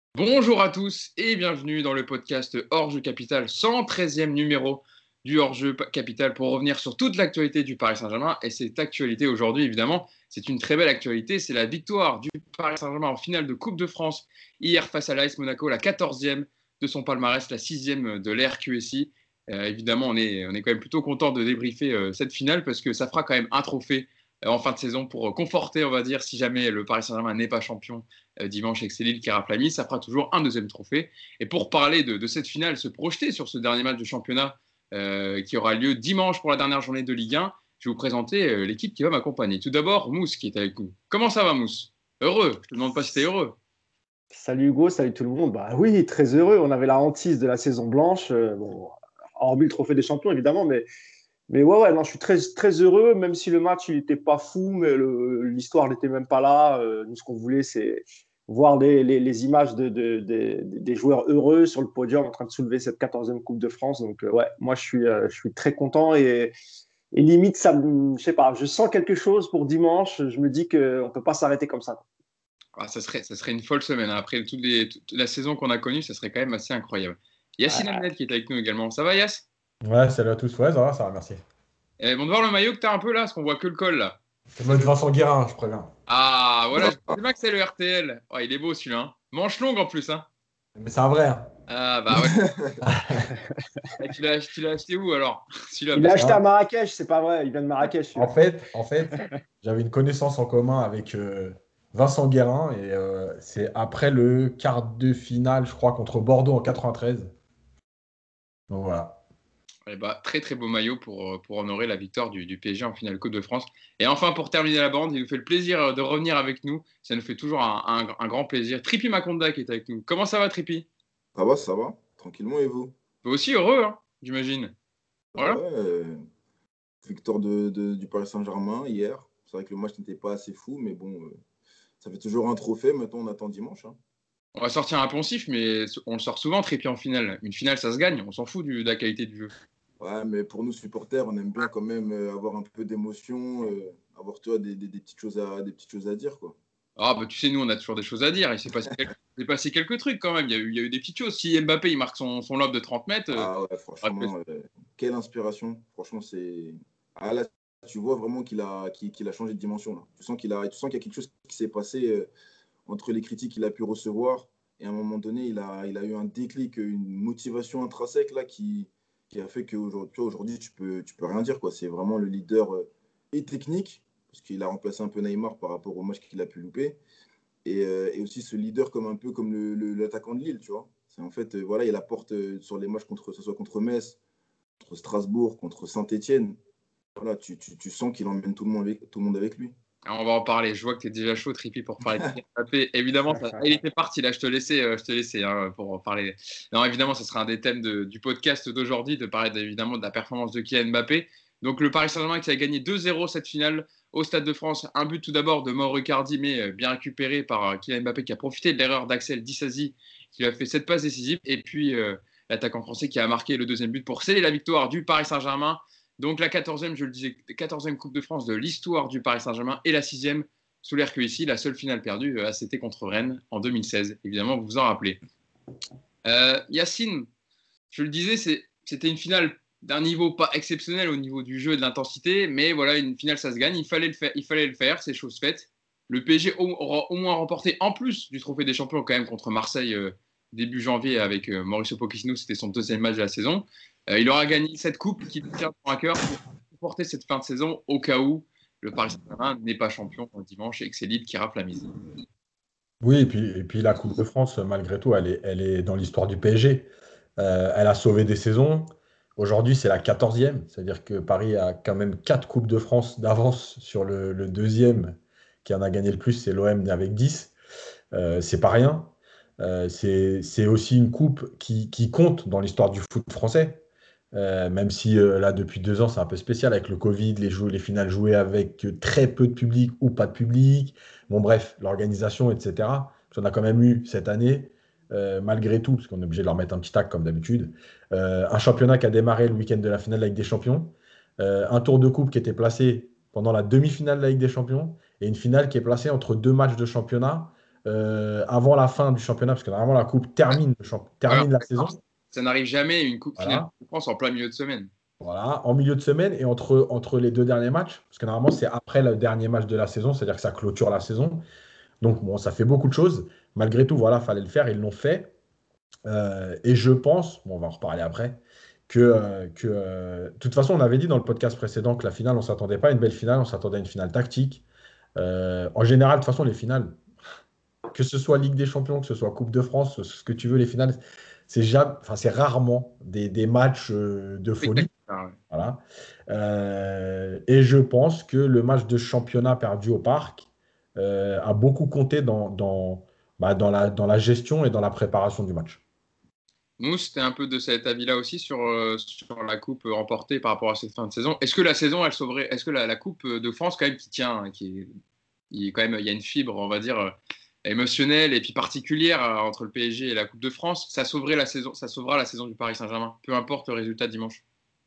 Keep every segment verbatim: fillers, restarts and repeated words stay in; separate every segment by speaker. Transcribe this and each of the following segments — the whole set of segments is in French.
Speaker 1: Bonjour à tous et bienvenue dans le podcast Hors-jeu Capital, cent treizième numéro du Hors-jeu Capital pour revenir sur toute l'actualité du Paris Saint-Germain. Et cette actualité aujourd'hui, évidemment, c'est une très belle actualité. C'est la victoire du Paris Saint-Germain en finale de Coupe de France hier face à l'A S Monaco, la quatorzième de son palmarès, la sixième de l'R Q S I. Euh, évidemment, on est, on est quand même plutôt content de débriefer euh, cette finale parce que ça fera quand même un trophée euh, en fin de saison pour conforter, on va dire, si jamais le Paris Saint-Germain n'est pas champion dimanche avec Lille qui rafle la mise, ça fera toujours un deuxième trophée. Et pour parler de, de cette finale, se projeter sur ce dernier match de championnat euh, qui aura lieu dimanche pour la dernière journée de Ligue un, je vais vous présenter euh, l'équipe qui va m'accompagner. Tout d'abord, Mousse qui est avec nous. Comment ça va, Mousse? Heureux? Je te demande pas si t'es heureux.
Speaker 2: Salut Hugo, salut tout le monde. Bah oui, très heureux. On avait la hantise de la saison blanche, euh, bon, hormis le trophée des champions évidemment, mais mais ouais ouais, non, je suis très très heureux, même si le match il n'était pas fou, mais le, l'histoire n'était même pas là. Euh, nous, ce qu'on voulait, c'est voir les, les, les images de, de, de, des joueurs heureux sur le podium en train de soulever cette quatorzième Coupe de France. Donc euh, ouais, moi je suis euh, je suis très content et et limite ça, je sais pas, je sens quelque chose pour dimanche. Je me dis que on peut pas s'arrêter comme ça.
Speaker 1: Ah, ça, serait, ça serait une folle semaine. Après toutes les, toute la saison qu'on a connue, ça serait quand même assez incroyable. Yacine
Speaker 2: Ah,
Speaker 1: Amned qui est avec nous également. Ça va, Yass?
Speaker 3: Ouais, salut à tous. Ouais, ça va, ça va, merci.
Speaker 1: Eh, bon de voir le maillot que tu as un peu là, parce qu'on voit que le col là.
Speaker 3: Ça doit être Vincent Guérin, je préviens.
Speaker 1: Ah, voilà, je sais pas que c'est le R T L. Oh, il est beau celui-là. Hein. Manche longue en plus. Hein.
Speaker 3: Mais c'est un vrai. Hein.
Speaker 1: Ah, bah ouais. Et tu l'as, tu l'as acheté où alors? Celui-là,
Speaker 2: Il l'a
Speaker 1: parce
Speaker 2: acheté à Marrakech, c'est pas vrai, il vient de Marrakech.
Speaker 3: En fait, en fait j'avais une connaissance en commun avec euh, Vincent Guérin et euh, c'est après le quart de finale, je crois, contre Bordeaux en quatre-vingt-treize. Donc voilà.
Speaker 1: Eh bah, très très beau maillot pour, pour honorer la victoire du, du P S G en finale Coupe de France. Et enfin, pour terminer la bande, il nous fait le plaisir de revenir avec nous. Ça nous fait toujours un, un, un grand plaisir. Tripi Makonda qui est avec nous. Comment ça va, Tripi?
Speaker 4: Ça va, ça va, tranquillement et vous?
Speaker 1: Vous aussi heureux, hein, j'imagine.
Speaker 4: Ah
Speaker 1: Voilà.
Speaker 4: ouais, euh, victoire de, de- du Paris Saint-Germain hier. C'est vrai que le match n'était pas assez fou, mais bon, euh, ça fait toujours un trophée. Maintenant, on attend dimanche, hein.
Speaker 1: On va sortir un poncif, mais on le sort souvent, Tripi en finale. Une finale, ça se gagne. On s'en fout du, de la qualité du jeu.
Speaker 4: Ouais, mais pour nous supporters, on aime bien quand même euh, avoir un peu d'émotion, euh, avoir toi des, des- des petites choses à, des petites choses à dire, quoi.
Speaker 1: Ah, bah, tu sais, nous, on a toujours des choses à dire. Il s'est passé, quelques, il s'est passé quelques trucs quand même. Il y a eu, il y a eu des petites choses. Si Mbappé, il marque son, son lob de trente mètres, euh,
Speaker 4: Ah ouais, franchement, euh, quelle inspiration. Franchement, c'est. Ah là, tu vois vraiment qu'il a, qu'il, qu'il a changé de dimension, là. Tu sens qu'il a, tu sens qu'il y a quelque chose qui s'est passé euh, entre les critiques qu'il a pu recevoir. Et à un moment donné, il a, il a eu un déclic, une motivation intrinsèque là, qui, qui a fait qu'aujourd'hui, aujourd'hui, tu peux, tu peux rien dire, quoi. C'est vraiment le leader euh, et technique, parce qu'il a remplacé un peu Neymar par rapport au match qu'il a pu louper. Et, euh, et aussi ce leader comme un peu comme le, le- l'attaquant de Lille, tu vois. C'est en fait, euh, voilà, il apporte euh, sur les matchs, contre, que ce soit contre Metz, contre Strasbourg, contre Saint-Etienne. Voilà, tu, tu, tu sens qu'il emmène tout le monde avec, tout le monde avec lui.
Speaker 1: on va en parler. Je vois que tu es déjà chaud, Tripi, pour parler de Mbappé. Évidemment, ça... il était parti là. Je te laissais, euh, je te laissais hein, pour en parler. Non, évidemment, ce sera un des thèmes de, du podcast d'aujourd'hui, de parler évidemment de la performance de Kylian Mbappé. Donc, le Paris Saint-Germain qui a gagné deux zéro cette finale au Stade de France. Un but tout d'abord de Mauro Icardi, mais euh, bien récupéré par euh, Kylian Mbappé qui a profité de l'erreur d'Axel Disasi qui lui a fait cette passe décisive. Et puis, euh, l'attaquant français qui a marqué le deuxième but pour sceller la victoire du Paris Saint-Germain. Donc la quatorzième, je le disais, quatorzième Coupe de France de l'histoire du Paris Saint-Germain et la sixième sous l'R Q S I, la seule finale perdue, euh, c'était contre Rennes en deux mille seize. Évidemment, vous vous en rappelez. Euh, Yacine, je le disais, c'est, c'était une finale d'un niveau pas exceptionnel au niveau du jeu et de l'intensité, mais voilà, une finale, ça se gagne. Il fallait le faire, il fallait le faire, c'est chose faite. Le P S G aura au moins remporté, en plus du Trophée des Champions, quand même contre Marseille euh, début janvier avec euh, Mauricio Pochettino, c'était son deuxième match de la saison. Euh, il aura gagné cette coupe qui lui tient à cœur pour porter cette fin de saison au cas où le Paris Saint-Germain n'est pas champion dimanche et que c'est Lille qui rafle la mise.
Speaker 3: Oui, et puis, et puis la Coupe de France, malgré tout, elle est, elle est dans l'histoire du P S G. Euh, elle a sauvé des saisons. Aujourd'hui, c'est la quatorzième. C'est-à-dire que Paris a quand même quatre Coupes de France d'avance sur le, le deuxième qui en a gagné le plus, c'est l'O M avec dix. Euh, c'est pas rien. Euh, c'est c'est aussi une coupe qui, qui compte dans l'histoire du foot français. Euh, même si euh, là, depuis deux ans, c'est un peu spécial avec le Covid, les, jou- les finales jouées avec euh, très peu de public ou pas de public. Bon, bref, l'organisation, et cetera. Parce qu'on a quand même eu cette année, euh, malgré tout, parce qu'on est obligé de leur mettre un petit tac comme d'habitude, euh, un championnat qui a démarré le week-end de la finale de la Ligue des Champions, euh, un tour de coupe qui était placé pendant la demi-finale de la Ligue des Champions et une finale qui est placée entre deux matchs de championnat euh, avant la fin du championnat, parce que normalement la Coupe termine, le champ- termine
Speaker 1: Voilà.
Speaker 3: la saison.
Speaker 1: Ça n'arrive jamais une coupe finale
Speaker 3: Voilà.
Speaker 1: de France en plein milieu de semaine.
Speaker 3: Voilà, en milieu de semaine et entre, entre les deux derniers matchs, parce que normalement c'est après le dernier match de la saison, c'est-à-dire que ça clôture la saison. Donc bon, ça fait beaucoup de choses. Malgré tout, voilà, fallait le faire, ils l'ont fait. Euh, et je pense, bon, on va en reparler après, que, euh, que euh, de toute façon, on avait dit dans le podcast précédent que la finale, on ne s'attendait pas à une belle finale, on s'attendait à une finale tactique. Euh, en général, de toute façon, les finales, que ce soit Ligue des Champions, que ce soit Coupe de France, ce que tu veux, les finales, c'est jamais, enfin, c'est rarement des, des matchs euh, de folie. Voilà. Euh, et je pense que le match de championnat perdu au Parc euh, a beaucoup compté dans, dans, bah, dans la, dans la gestion et dans la préparation du match.
Speaker 1: Nous, c'était un peu de cet avis-là aussi sur, euh, sur la coupe remportée par rapport à cette fin de saison. Est-ce que la saison, elle sauverait, est-ce que la, la Coupe de France, quand même, qui tient, hein, qui est, il, quand même, il y a une fibre, on va dire, euh, émotionnelle et puis particulière euh, entre le P S G et la Coupe de France, ça sauverait la saison, ça sauvera la saison du Paris Saint-Germain, peu importe le résultat dimanche.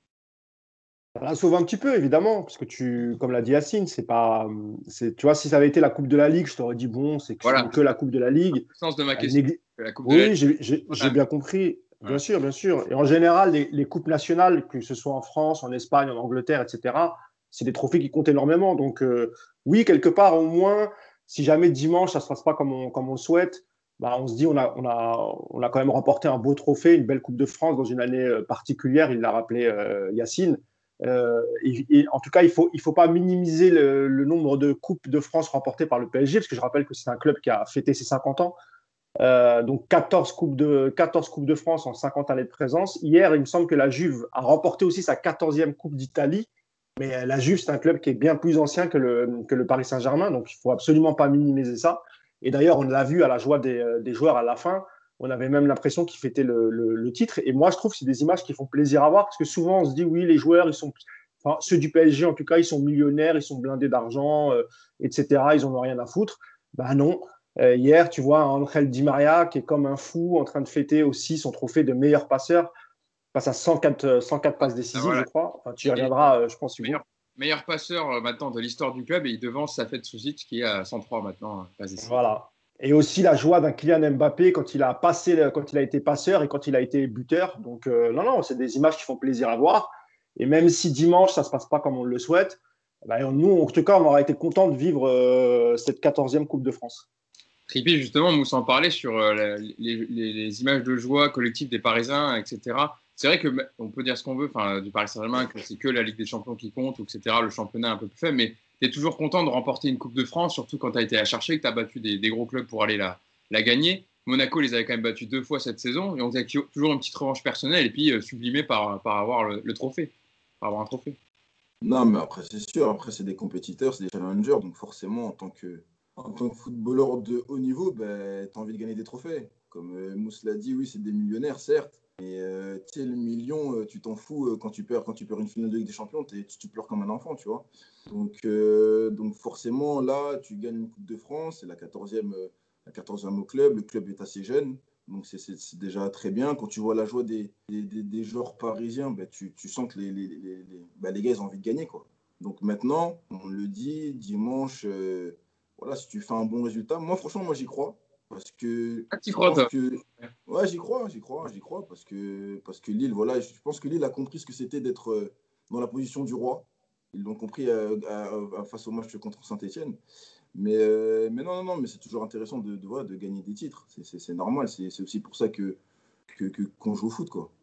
Speaker 2: Ça la sauve un petit peu, évidemment, parce que tu, comme l'a dit Yacine, c'est pas, c'est, tu vois, si ça avait été la Coupe de la Ligue, je t'aurais dit bon, c'est que,
Speaker 1: Voilà.
Speaker 2: que la Coupe de la Ligue.
Speaker 1: Le sens de ma
Speaker 2: Elle
Speaker 1: question.
Speaker 2: négli-
Speaker 1: La coupe de la
Speaker 2: Oui,
Speaker 1: Ligue,
Speaker 2: j'ai j'ai- j'ai bien compris, bien
Speaker 1: Ouais.
Speaker 2: sûr, bien sûr. Et en général, les, les coupes nationales, que ce soit en France, en Espagne, en Angleterre, et cetera, c'est des trophées qui comptent énormément. Donc, euh, oui, quelque part, au moins, si jamais dimanche, ça ne se passe pas comme on, comme on le souhaite, bah, on se dit on a, on, a, on a quand même remporté un beau trophée, une belle Coupe de France dans une année euh, particulière, il l'a rappelé euh, Yacine. Euh, et, et en tout cas, il ne faut, il faut pas minimiser le, le nombre de Coupes de France remportées par le P S G, parce que je rappelle que c'est un club qui a fêté ses cinquante ans. Euh, donc quatorze coupes, de, quatorze coupes de France en cinquante années de présence. Hier, il me semble que la Juve a remporté aussi sa quatorzième Coupe d'Italie. Mais la Juve, c'est un club qui est bien plus ancien que le, que le Paris Saint-Germain. Donc il ne faut absolument pas minimiser ça. Et d'ailleurs, on l'a vu à la joie des, des joueurs à la fin. On avait même l'impression qu'ils fêtaient le, le, le titre. Et moi, je trouve que c'est des images qui font plaisir à voir. Parce que souvent, on se dit, oui, les joueurs, ils sont, enfin, ceux du P S G, en tout cas, ils sont millionnaires, ils sont blindés d'argent, euh, et cetera. Ils n'en ont rien à foutre. Ben non. Euh, hier, tu vois Angel Di Maria qui est comme un fou en train de fêter aussi son trophée de meilleur passeur, passe à cent quatre, cent quatre passes décisives, ah, voilà. Je crois. Enfin, tu y reviendras, euh, je pense.
Speaker 1: Meilleur, meilleur passeur euh, maintenant de l'histoire du club et il devance Safet Souzic qui est à cent trois maintenant. Euh,
Speaker 2: voilà. Et aussi la joie d'un Kylian Mbappé quand il a passé, quand il a été passeur et quand il a été buteur. Donc euh, non, non, c'est des images qui font plaisir à voir. Et même si dimanche ça se passe pas comme on le souhaite, bah, nous, en tout cas, on aura été content de vivre euh, cette quatorzième Coupe de France.
Speaker 1: Trippi, justement, Moussa en parlait sur euh, la, les, les, les images de joie collective des Parisiens, et cetera. C'est vrai qu'on peut dire ce qu'on veut du Paris Saint-Germain, que c'est que la Ligue des Champions qui compte, et cetera. Le championnat est un peu plus faible, mais tu es toujours content de remporter une Coupe de France, surtout quand tu as été la chercher, que tu as battu des, des gros clubs pour aller la, la gagner. Monaco les avait quand même battus deux fois cette saison, et on a toujours une petite revanche personnelle, et puis euh, sublimé par, par avoir le, le trophée, par avoir un trophée.
Speaker 4: Non, mais après, c'est sûr, après, c'est des compétiteurs, c'est des challengers, donc forcément, en tant que, en tant que footballeur de haut niveau, ben, tu as envie de gagner des trophées. Comme euh, Mouss l'a dit, oui, c'est des millionnaires, certes, mais euh, tu sais, le million, euh, tu t'en fous euh, quand tu perds, quand tu perds une finale de Ligue des Champions, tu, tu pleures comme un enfant, tu vois. Donc, euh, donc forcément, là, tu gagnes une Coupe de France, c'est la quatorzième, euh, la quatorzième au club, le club est assez jeune. Donc, c'est, c'est, c'est déjà très bien. Quand tu vois la joie des, des, des, des joueurs parisiens, ben, tu, tu sens que les, les, les, les, ben, les gars, ils ont envie de gagner, quoi. Donc, maintenant, on le dit, dimanche, euh, voilà, si tu fais un bon résultat, moi, franchement, moi, j'y crois. Parce que.
Speaker 1: Ah, tu crois, toi
Speaker 4: que... Ouais, j'y crois, j'y crois, j'y crois. Parce que, parce que Lille, voilà, je pense que Lille a compris ce que c'était d'être dans la position du roi. Ils l'ont compris à, à, à, face au match contre Saint-Etienne. Mais, euh, mais non, non, non, mais c'est toujours intéressant de, de, voilà, de gagner des titres. C'est, c'est, c'est normal. C'est, c'est aussi pour ça que, que, que, qu'on joue au foot, quoi.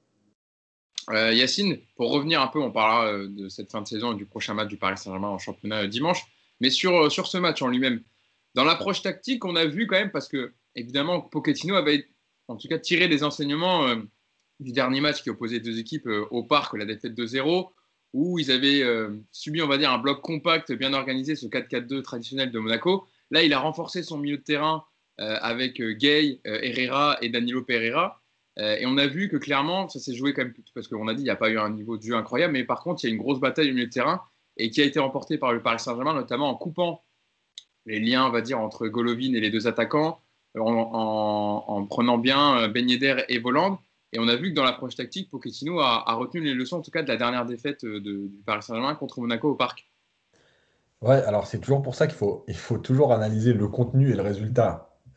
Speaker 1: Euh, Yacine, pour revenir un peu, on parlera euh, de cette fin de saison et du prochain match du Paris Saint-Germain en championnat euh, dimanche. Mais sur, euh, sur ce match en lui-même, dans l'approche tactique, on a vu quand même, parce que évidemment, Pochettino avait en tout cas tiré des enseignements euh, du dernier match qui opposait deux équipes euh, au Parc, la défaite deux zéro, où ils avaient euh, subi, on va dire, un bloc compact, bien organisé, ce quatre quatre deux traditionnel de Monaco. Là, il a renforcé son milieu de terrain euh, avec euh, Gueye, euh, Herrera et Danilo Pereira. Euh, et on a vu que clairement, ça s'est joué quand même, parce qu'on a dit qu'il n'y a pas eu un niveau de jeu incroyable, mais par contre, il y a une grosse bataille au milieu de terrain et qui a été remportée par le Paris Saint-Germain, notamment en coupant les liens, on va dire, entre Golovin et les deux attaquants, en, en, en prenant bien Ben Yedder et Voland. Et on a vu que dans l'approche tactique, Pochettino a, a retenu les leçons, en tout cas, de la dernière défaite de, du Paris Saint-Germain contre Monaco au Parc.
Speaker 3: Ouais, alors c'est toujours pour ça qu'il faut, il faut toujours analyser le contenu et le résultat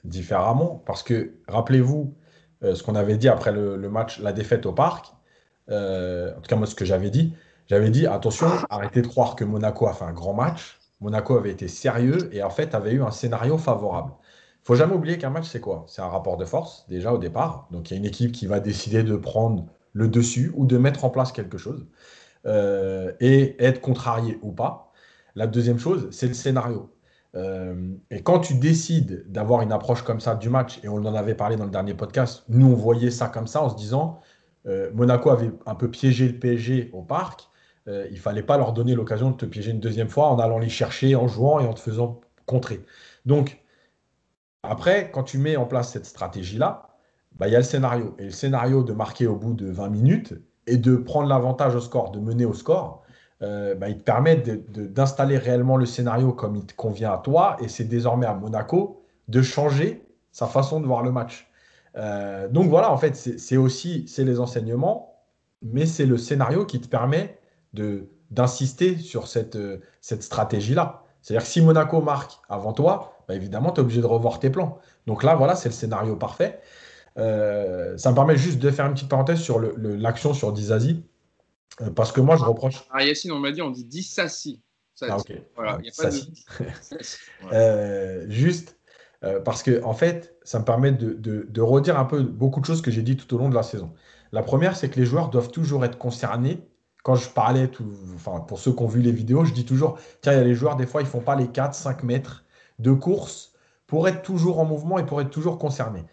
Speaker 3: différemment. Parce que, rappelez-vous, euh, ce qu'on avait dit après le, le match, la défaite au Parc. Euh, en tout cas, moi, ce que j'avais dit, j'avais dit, attention, arrêtez de croire que Monaco a fait un grand match. Monaco avait été sérieux et en fait avait eu un scénario favorable. Il faut jamais oublier qu'un match, c'est quoi? C'est un rapport de force, déjà au départ. Donc, il y a une équipe qui va décider de prendre le dessus ou de mettre en place quelque chose euh, et être contrarié ou pas. La deuxième chose, c'est le scénario. Euh, et quand tu décides d'avoir une approche comme ça du match, et on en avait parlé dans le dernier podcast, nous on voyait ça comme ça en se disant, euh, Monaco avait un peu piégé le P S G au Parc, euh, il ne fallait pas leur donner l'occasion de te piéger une deuxième fois en allant les chercher, en jouant et en te faisant contrer. Donc après, quand tu mets en place cette stratégie-là, bah, il y a le scénario. Et le scénario de marquer au bout de vingt minutes et de prendre l'avantage au score, de mener au score, euh, bah, il te permet de- de- d'installer réellement le scénario comme il te convient à toi. Et c'est désormais à Monaco de changer sa façon de voir le match. Euh, donc voilà, en fait, c'est c'est aussi c'est les enseignements, mais c'est le scénario qui te permet de, d'insister sur cette, euh, cette stratégie-là. C'est-à-dire que si Monaco marque avant toi, bah, évidemment, tu es obligé de revoir tes plans. Donc là, voilà, c'est le scénario parfait. Euh, ça me permet juste de faire une petite parenthèse sur le- le- l'action sur Dizazi, euh, parce que moi, je reproche.
Speaker 1: Ah, Yacine, on m'a dit, on dit Dissassi. Ça,
Speaker 3: Ah,
Speaker 1: c'est-
Speaker 3: ok.
Speaker 1: voilà,
Speaker 3: Alors,
Speaker 1: il n'y a pas de
Speaker 3: Dissassi.
Speaker 1: Dissassi. Voilà.
Speaker 3: Euh, juste euh, parce que, en fait, ça me permet de, de- de redire un peu beaucoup de choses que j'ai dit tout au long de la saison. La première, c'est que les joueurs doivent toujours être concernés. Quand je parlais, tout, enfin, pour ceux qui ont vu les vidéos, je dis toujours, tiens, il y a les joueurs, des fois, ils ne font pas les quatre cinq mètres de course pour être toujours en mouvement et pour être toujours concernés.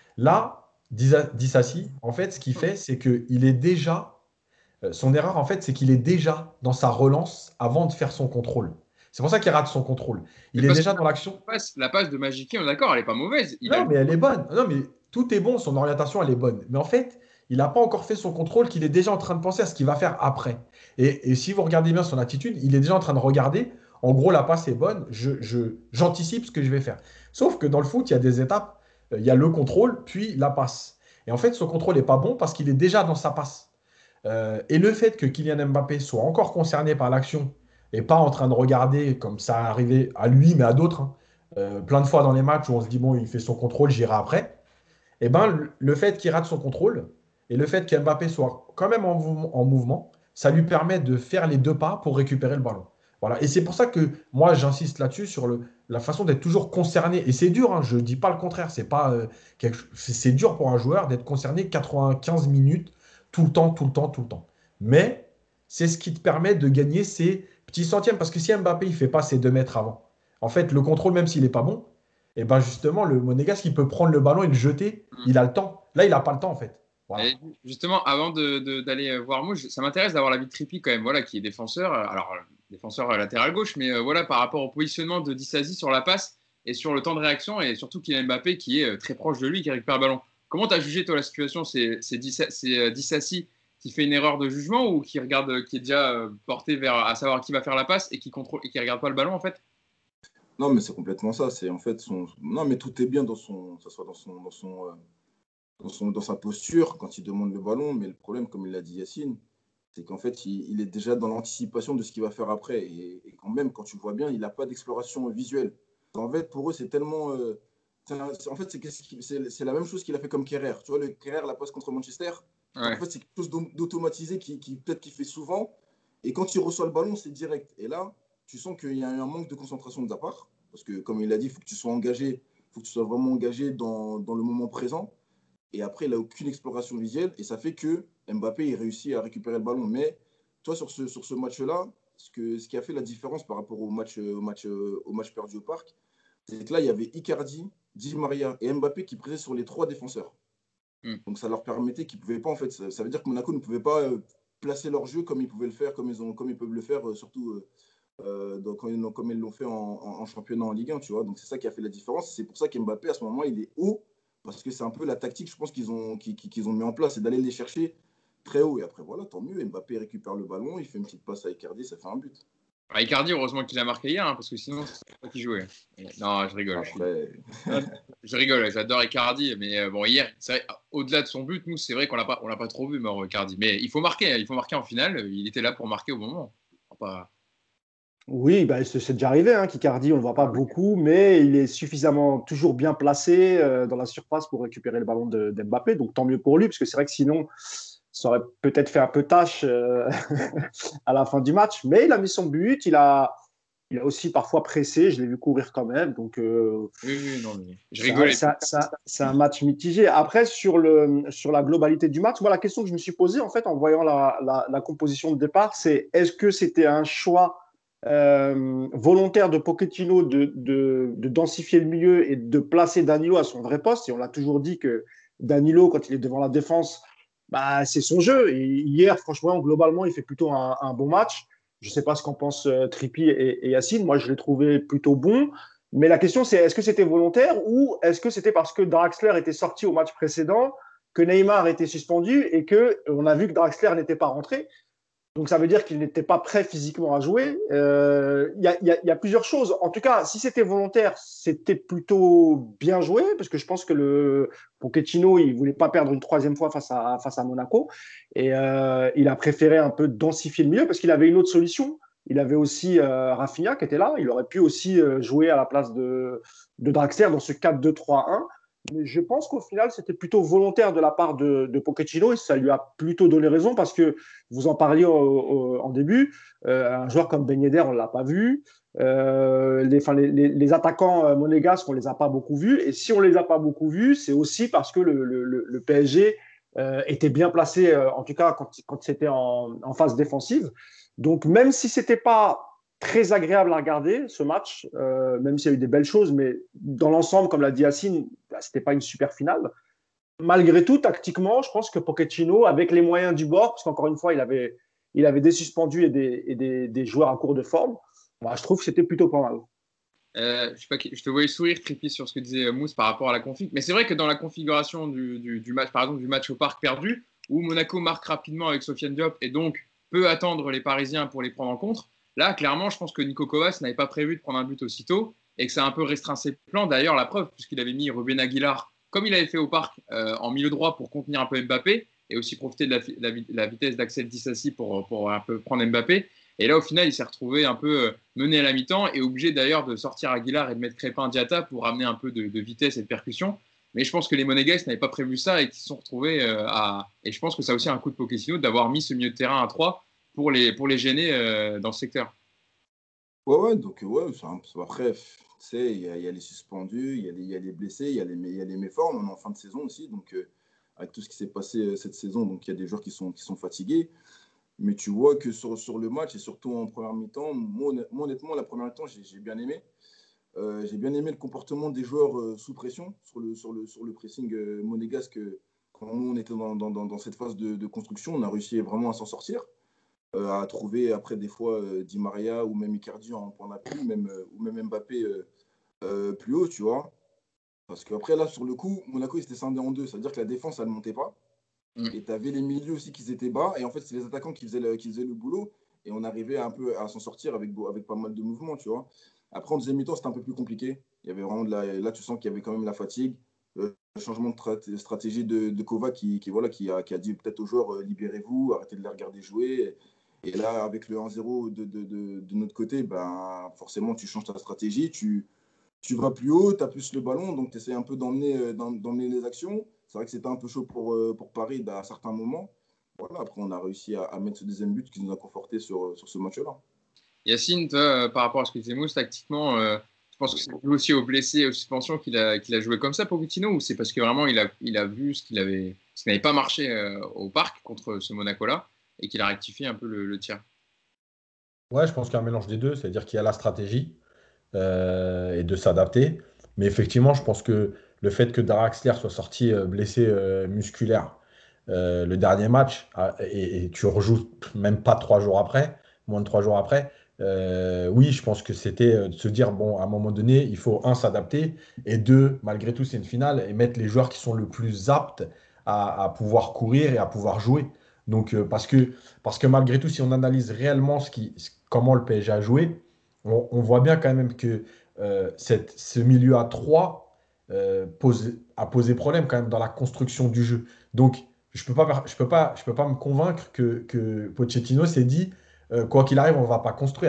Speaker 3: Là, Disa- Dissassi, en fait, ce qu'il fait, c'est qu'il est déjà, euh, son erreur, en fait, c'est qu'il est déjà dans sa relance avant de faire son contrôle. C'est pour ça qu'il rate son contrôle.
Speaker 1: Mais
Speaker 3: Il est
Speaker 1: parce que
Speaker 3: déjà
Speaker 1: la
Speaker 3: dans l'action.
Speaker 1: passe, la passe de Magic, on est d'accord, elle n'est pas mauvaise. Il a
Speaker 3: Non,
Speaker 1: le-
Speaker 3: mais elle est bonne. Non, mais tout est bon, son orientation, elle est bonne. Mais en fait, il n'a pas encore fait son contrôle, qu'il est déjà en train de penser à ce qu'il va faire après. Et, et si vous regardez bien son attitude, il est déjà en train de regarder, en gros, la passe est bonne, je, je- j'anticipe ce que je vais faire. Sauf que dans le foot, il y a des étapes. Euh, Il y a le contrôle, puis la passe. Et en fait, son contrôle n'est pas bon parce qu'il est déjà dans sa passe. Euh, et le fait que Kylian Mbappé soit encore concerné par l'action et pas en train de regarder comme ça arrivé à lui, mais à d'autres, hein, euh, plein de fois dans les matchs où on se dit, bon, il fait son contrôle, j'irai après, et ben, le, le fait qu'il rate son contrôle et le fait qu'Mbappé soit quand même en, mou- en mouvement, ça lui permet de faire les deux pas pour récupérer le ballon. Voilà. Et c'est pour ça que moi, j'insiste là-dessus sur le, la façon d'être toujours concerné. Et c'est dur, hein, je ne dis pas le contraire. C'est pas, euh, quelque ch- c'est c'est dur pour un joueur d'être concerné quatre-vingt-quinze minutes, tout le temps, tout le temps, tout le temps. Mais c'est ce qui te permet de gagner ces petits centièmes. Parce que si Mbappé, il ne fait pas ses deux mètres avant, en fait, le contrôle, même s'il n'est pas bon, et ben justement, le Monégasque, il peut prendre le ballon et le jeter. Il a le temps. Là, il n'a pas le temps, en fait. Voilà.
Speaker 1: Et justement, avant de, de- d'aller euh, voir Mouche, ça m'intéresse d'avoir l'avis de Trippi quand même, voilà, qui est défenseur, euh, alors euh, défenseur euh, latéral gauche, mais euh, voilà, par rapport au positionnement de Dissasi sur la passe et sur le temps de réaction, et surtout Kylian Mbappé qui est euh, très proche de lui, qui récupère le ballon. Comment tu as jugé, toi, la situation? C'est, c'est, Dissa- c'est euh, Dissasi qui fait une erreur de jugement ou qui regarde, euh, qui est déjà euh, porté vers à savoir qui va faire la passe et qui contrôle et qui regarde pas le ballon en fait?
Speaker 4: Non, mais c'est complètement ça. C'est en fait son. Non, mais tout est bien dans son, que ce soit dans son, dans son, euh, dans son, dans sa posture quand il demande le ballon. Mais le problème, comme il l'a dit Yacine, c'est qu'en fait, il, il est déjà dans l'anticipation de ce qu'il va faire après. Et, et quand même, quand tu vois bien, il n'a pas d'exploration visuelle. En fait, pour eux, c'est tellement. euh, c'est un- c'est- en fait, c'est qu'est-ce qui- c'est- c'est la même chose qu'il a fait comme Kerrer. Tu vois, le Kerrer, la passe contre Manchester. En
Speaker 1: Ouais.
Speaker 4: fait, c'est quelque chose d'au- d'automatisé qui, qui peut-être qu'il fait souvent. Et quand il reçoit le ballon, c'est direct. Et là, tu sens qu'il y a un manque de concentration de sa part. Parce que, comme il l'a dit, il faut que tu sois engagé, il faut que tu sois vraiment engagé dans, dans le moment présent. Et après, il n'a aucune exploration visuelle. Et ça fait que Mbappé, il réussit à récupérer le ballon. Mais toi, sur ce, sur ce match-là, ce, que, ce qui a fait la différence par rapport au match, au match, au match perdu au Parc, c'est que là, il y avait Icardi, Di Maria et Mbappé qui presaient sur les trois défenseurs.
Speaker 1: Mm.
Speaker 4: Donc ça leur permettait qu'ils ne pouvaient pas, en fait, ça, ça veut dire que Monaco ne pouvait pas euh, placer leur jeu comme ils pouvaient le faire, comme ils, ont, comme ils peuvent le faire, euh, surtout euh, euh, donc, comme, comme ils l'ont fait en, en, en championnat en Ligue un, tu vois. Donc c'est ça qui a fait la différence. C'est pour ça qu'Mbappé, à ce moment, il est haut, parce que c'est un peu la tactique, je pense, qu'ils ont, qu'ils, qu'ils ont mis en place, c'est d'aller les chercher très haut. Et après, voilà, tant mieux. Mbappé récupère le ballon, il fait une petite passe à Icardi, ça fait un but.
Speaker 1: Ah, Icardi, heureusement qu'il a marqué hier, hein, parce que sinon, c'est pas qui jouait. Non, je rigole. Je, suis-
Speaker 4: Après,
Speaker 1: je rigole, j'adore Icardi, mais euh, bon, hier, c'est vrai, au-delà de son but, nous, c'est vrai qu'on l'a pas, on l'a pas trop vu, mort Icardi. Mais il faut marquer, hein, il faut marquer en finale. Il était là pour marquer au moment. Faut pas-
Speaker 2: Oui, bah, c'est c'est déjà arrivé, hein, Kikardi, on ne le voit pas
Speaker 1: Ah, ok.
Speaker 2: beaucoup, mais il est suffisamment toujours bien placé euh, dans la surface pour récupérer le ballon de, d'Mbappé. Donc tant mieux pour lui, parce que c'est vrai que sinon, ça aurait peut-être fait un peu tâche euh, à la fin du match. Mais il a mis son but, il a, il a aussi parfois pressé, je l'ai vu courir quand même. Donc euh,
Speaker 1: Oui, oui, non, mais je
Speaker 2: ça,
Speaker 1: rigolais.
Speaker 2: ça, ça, c'est un match mitigé. Après, sur, le, sur la globalité du match, moi, la question que je me suis posée en fait en voyant la, la, la composition de départ, c'est est-ce que c'était un choix euh, volontaire de Pochettino de, de, de densifier le milieu et de placer Danilo à son vrai poste? Et on l'a toujours dit que Danilo, quand il est devant la défense, bah, c'est son jeu. Et hier, franchement, globalement, il fait plutôt un, un bon match. Je ne sais pas ce qu'en pensent euh, Trippi et, et Yacine. Moi, je l'ai trouvé plutôt bon. Mais la question, c'est est-ce que c'était volontaire ou est-ce que c'était parce que Draxler était sorti au match précédent, que Neymar était suspendu et que on a vu que Draxler n'était pas rentré. Donc ça veut dire qu'il n'était pas prêt physiquement à jouer. Il euh, y, y, y, a plusieurs choses. En tout cas, si c'était volontaire, c'était plutôt bien joué parce que je pense que le Pochettino, il voulait pas perdre une troisième fois face à, face à Monaco et euh, il a préféré un peu densifier le milieu parce qu'il avait une autre solution. Il avait aussi euh, Rafinha qui était là. Il aurait pu aussi euh, jouer à la place de, de Draxler dans ce quatre deux trois un. Mais je pense qu'au final, c'était plutôt volontaire de la part de, de Pochettino et ça lui a plutôt donné raison parce que vous en parliez au, au, en début, euh, un joueur comme Ben Yedder, on ne l'a pas vu. Euh, les, les, les, les attaquants euh, monégasques, on ne les a pas beaucoup vus. Et si on ne les a pas beaucoup vus, c'est aussi parce que le, le, le P S G euh, était bien placé, euh, en tout cas quand, quand c'était en, en phase défensive. Donc même si ce n'était pas très agréable à regarder ce match, euh, même s'il y a eu des belles choses, mais dans l'ensemble, comme l'a dit Yacine, bah, ce n'était pas une super finale. Malgré tout, tactiquement, je pense que Pochettino, avec les moyens du bord, parce qu'encore une fois, il avait, il avait des suspendus et des, et des, des joueurs à court de forme, bah, je trouve que c'était plutôt pas mal.
Speaker 1: Euh, je, sais pas, je te voyais sourire, Trippi, sur ce que disait Mousse par rapport à la config. Mais c'est vrai que dans la configuration du, du, du match, par exemple, du match au Parc perdu, où Monaco marque rapidement avec Sofiane Diop et donc peut attendre les Parisiens pour les prendre en compte, là, clairement, je pense que Nico Kovac n'avait pas prévu de prendre un but aussitôt et que ça a un peu restreint ses plans. D'ailleurs, la preuve, puisqu'il avait mis Ruben Aguilar, comme il avait fait au Parc, euh, en milieu droit pour contenir un peu Mbappé et aussi profiter de la, la, la vitesse d'Axel Dissassi pour, pour un peu prendre Mbappé. Et là, au final, il s'est retrouvé un peu mené à la mi-temps et obligé d'ailleurs de sortir Aguilar et de mettre Crépin Diatta pour ramener un peu de, de vitesse et de percussion. Mais je pense que les Monégasques n'avaient pas prévu ça et qu'ils se sont retrouvés euh, à. Et je pense que ça a aussi un coup de Pochettino d'avoir mis ce milieu de terrain à trois pour les, pour les gêner euh, dans ce secteur.
Speaker 4: Ouais, ouais, donc ouais, c'est un- c'est- après, tu sais, il y, a il y a les suspendus, il y a les, il y a les blessés, il y a les, il y a les méformes, on est en fin de saison aussi, donc euh, avec tout ce qui s'est passé euh, cette saison, donc il y a des joueurs qui sont, qui sont fatigués. Mais tu vois que sur, sur le match et surtout en première mi-temps, moi, honnêt- moi, honnêtement, la première mi-temps, j'ai j'ai bien aimé. Euh, j'ai bien aimé le comportement des joueurs euh, sous pression sur le, sur le, sur le pressing euh, monégasque. euh, Quand nous, on était dans, dans, dans- dans cette phase de, de construction, on a réussi vraiment à s'en sortir, euh, à trouver après des fois euh, Di Maria ou même Icardi en point d'appui, même, euh, ou même Mbappé euh, euh, plus haut, tu vois. Parce qu'après, là, sur le coup, Monaco, il s'était scindé en deux. C'est-à-dire que la défense, elle ne montait pas.
Speaker 1: Mm.
Speaker 4: Et tu avais les milieux aussi qui étaient bas. Et en fait, c'est les attaquants qui faisaient le, qui faisaient le boulot. Et on arrivait un peu à s'en sortir avec, avec pas mal de mouvements, tu vois. Après, en deuxième mi-temps, c'était un peu plus compliqué. Il y avait vraiment de la, là, tu sens qu'il y avait quand même la fatigue. Euh, le changement de stratégie de, de Kova qui, qui, voilà, qui, a, qui a dit peut-être aux joueurs euh, libérez-vous, arrêtez de les regarder jouer. Et là, avec le un zéro de, de, de, de notre côté, ben, forcément, tu changes ta stratégie. Tu, tu vas plus haut, tu as plus le ballon, donc tu essaies un peu d'emmener, euh, d'emmener les actions. C'est vrai que c'était un peu chaud pour, euh, pour Paris à certains moments. Voilà, après, on a réussi à, à mettre ce deuxième but qui nous a conforté sur, sur ce match-là.
Speaker 1: Yacine, toi, euh, par rapport à ce que disait Mousse, tactiquement, euh, je pense que c'est dû aussi aux blessés et aux suspensions qu'il a, qu'il a joué comme ça, Pochettino, ou c'est parce que vraiment il a, il a vu ce qu'il avait, ce qui n'avait pas marché euh, au Parc contre ce Monaco-là et qu'il a rectifié un peu le, le tir.
Speaker 3: Ouais, je pense qu'il y a un mélange des deux, c'est-à-dire qu'il y a la stratégie euh, et de s'adapter. Mais effectivement, je pense que le fait que Draxler soit sorti euh, blessé euh, musculaire euh, le dernier match, ah, et, et tu rejoues même pas trois jours après, moins de trois jours après, euh, oui, je pense que c'était euh, de se dire, bon, à un moment donné, il faut, un, s'adapter, et deux, malgré tout, c'est une finale, et mettre les joueurs qui sont le plus aptes à, à pouvoir courir et à pouvoir jouer. Donc, euh, parce que, parce que malgré tout, si on analyse réellement ce qui, ce- comment le P S G a joué, on, on voit bien quand même que euh, cette, ce milieu à trois euh, pose, a posé problème quand même dans la construction du jeu. Donc, je ne peux pas, je peux pas, je peux pas me convaincre que, que Pochettino s'est dit, euh, quoi qu'il arrive, on ne va pas construire.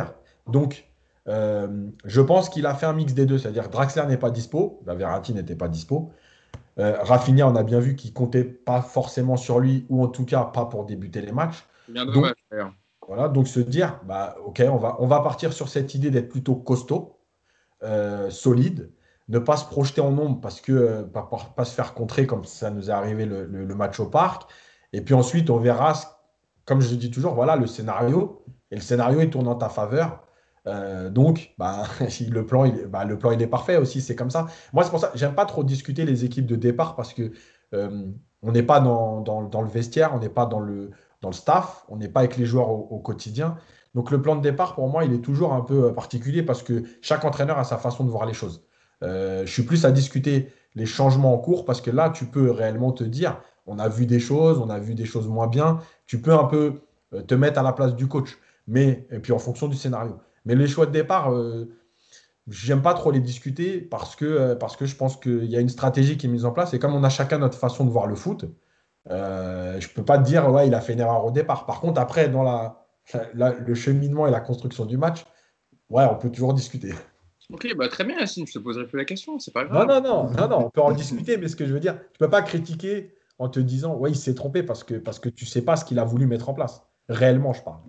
Speaker 3: Donc, euh, je pense qu'il a fait un mix des deux. C'est-à-dire Draxler n'est pas dispo, bah, Verratti n'était pas dispo. Euh, Rafinha, on a bien vu qu'il comptait pas forcément sur lui, ou en tout cas pas pour débuter les matchs.
Speaker 1: C'est bien
Speaker 3: Donc,
Speaker 1: dommage, d'ailleurs.
Speaker 3: voilà, donc se dire, bah, ok, on va, on va partir sur cette idée d'être plutôt costaud, euh, solide, ne pas se projeter en nombre parce que euh, pas, pas, pas se faire contrer comme ça nous est arrivé le, le- le match au parc. Et puis ensuite, on verra, ce- comme je dis toujours, voilà le scénario. Et le scénario, il tourne en ta faveur. Euh, donc, bah, si le plan, il, est- bah, le plan, il est parfait aussi, c'est comme ça. Moi, c'est pour ça que j'aime pas trop discuter les équipes de départ parce que euh, on n'est pas dans, dans- dans le vestiaire, on n'est pas dans le, dans le staff, on n'est pas avec les joueurs au, au quotidien. Donc le plan de départ, pour moi, il est toujours un peu euh, particulier parce que chaque entraîneur a sa façon de voir les choses. Euh, je suis plus à discuter les changements en cours parce que là, tu peux réellement te dire, on a vu des choses, on a vu des choses moins bien. Tu peux un peu euh, te mettre à la place du coach, mais et puis en fonction du scénario. Mais les choix de départ, euh, j'aime pas trop les discuter parce que, euh, parce que je pense qu'il y a une stratégie qui est mise en place et comme on a chacun notre façon de voir le foot, euh, je peux pas te dire, ouais, il a fait une erreur au départ. Par contre, après, dans la, la- le cheminement et la construction du match, ouais, on peut toujours discuter.
Speaker 1: Ok, bah très bien, Yacine, je te poserai plus la question, c'est pas
Speaker 3: Non,
Speaker 1: grave.
Speaker 3: non, non, non, non, on peut en discuter, mais ce que je veux dire, tu peux pas critiquer en te disant, ouais, il s'est trompé parce que, parce que tu sais pas ce qu'il a voulu mettre en place. Réellement, je parle.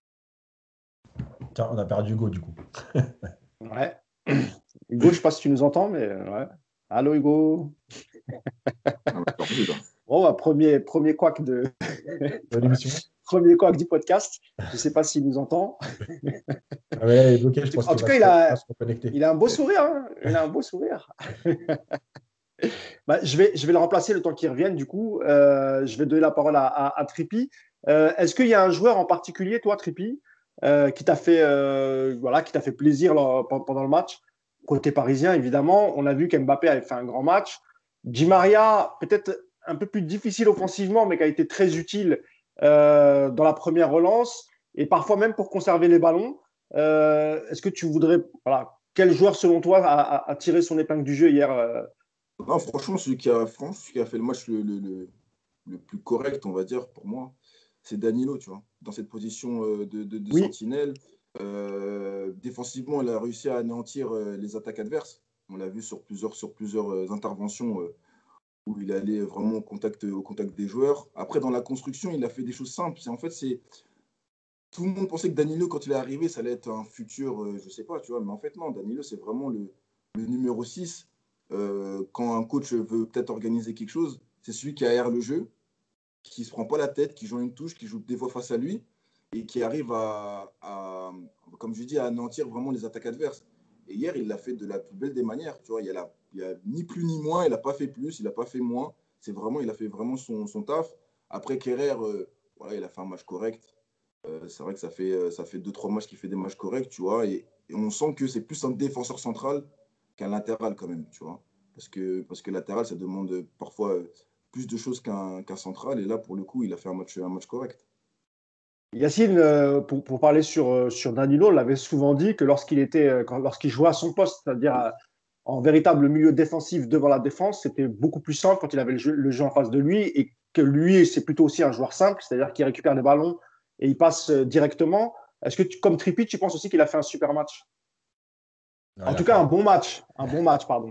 Speaker 3: Tiens, on a perdu Hugo, du coup.
Speaker 2: Ouais. Hugo, je sais pas si tu nous entends, mais euh, ouais. Allô, Hugo.
Speaker 4: Ah, ouais, perdu, là.
Speaker 2: Bon, bah, premier, premier couac de
Speaker 3: Bonne émission.
Speaker 2: premier couac du podcast. Je sais pas s'il nous entend.
Speaker 3: Ah, mais là, il est bloqué, je pense
Speaker 2: En
Speaker 3: qu'il
Speaker 2: tout
Speaker 3: va,
Speaker 2: cas,
Speaker 3: se
Speaker 2: il
Speaker 3: va
Speaker 2: a,
Speaker 3: se reconnecter.
Speaker 2: il a un beau sourire. Hein. Il a un beau sourire. Bah, je vais, je vais le remplacer le temps qu'il revienne. Du coup, euh, je vais donner la parole à, à, à Trippi. Euh, est-ce qu'il y a un joueur en particulier, toi, Trippi, euh, qui t'a fait, euh, voilà, qui t'a fait plaisir là, pendant le match? Côté parisien, évidemment, on a vu qu'Mbappé avait fait un grand match. Di Maria, peut-être un peu plus difficile offensivement, mais qui a été très utile euh, dans la première relance et parfois même pour conserver les ballons. Euh, est-ce que tu voudrais, voilà, quel joueur selon toi a, a, a tiré son épingle du jeu hier euh,
Speaker 4: Non, franchement, celui qui a, franchement, celui qui a fait le match le, le, le, le plus correct, on va dire, pour moi, c'est Danilo, tu vois. Dans cette position euh, de, de, de
Speaker 2: Oui,
Speaker 4: sentinelle, euh, défensivement, il a réussi à anéantir euh, les attaques adverses. On l'a vu sur plusieurs, sur plusieurs euh, interventions euh, où il allait vraiment au contact, au contact des joueurs. Après, dans la construction, il a fait des choses simples. C'est, en fait, c'est tout le monde pensait que Danilo, quand il est arrivé, ça allait être un futur, euh, je sais pas, tu vois. Mais en fait, non, Danilo, c'est vraiment le, le numéro six. Euh, quand un coach veut peut-être organiser quelque chose, c'est celui qui aère le jeu, qui se prend pas la tête, qui joue une touche, qui joue des fois face à lui et qui arrive à, à comme je dis, à anéantir vraiment les attaques adverses. Et hier, il l'a fait de la plus belle des manières. Tu vois, il y a, la, il y a ni plus ni moins, il n'a pas fait plus, il n'a pas fait moins. C'est vraiment, il a fait vraiment son, son taf. Après, Kerrer, euh, voilà, il a fait un match correct. Euh, c'est vrai que ça fait, euh, ça fait deux trois matchs qu'il fait des matchs corrects, tu vois. Et, et on sent que c'est plus un défenseur central qu'un latéral quand même, tu vois. Parce que, parce que latéral, ça demande parfois euh, plus de choses qu'un qu'un central. Et là, pour le coup, il a fait un match, un match correct.
Speaker 2: Yacine, euh, pour, pour parler sur, euh, sur Danilo, l'avait souvent dit que lorsqu'il était, euh, quand- lorsqu'il jouait à son poste, c'est-à-dire euh, en véritable milieu défensif devant la défense, c'était beaucoup plus simple quand il avait le jeu, le jeu en face de lui et que lui, c'est plutôt aussi un joueur simple, c'est-à-dire qu'il récupère les ballons et il passe euh, directement. Est-ce que, tu, comme Trippier, tu penses aussi qu'il a fait un super match?
Speaker 3: Non,
Speaker 2: En
Speaker 3: il a
Speaker 2: tout
Speaker 3: fait
Speaker 2: cas, un
Speaker 3: un-
Speaker 2: bon match. Un bon match, pardon.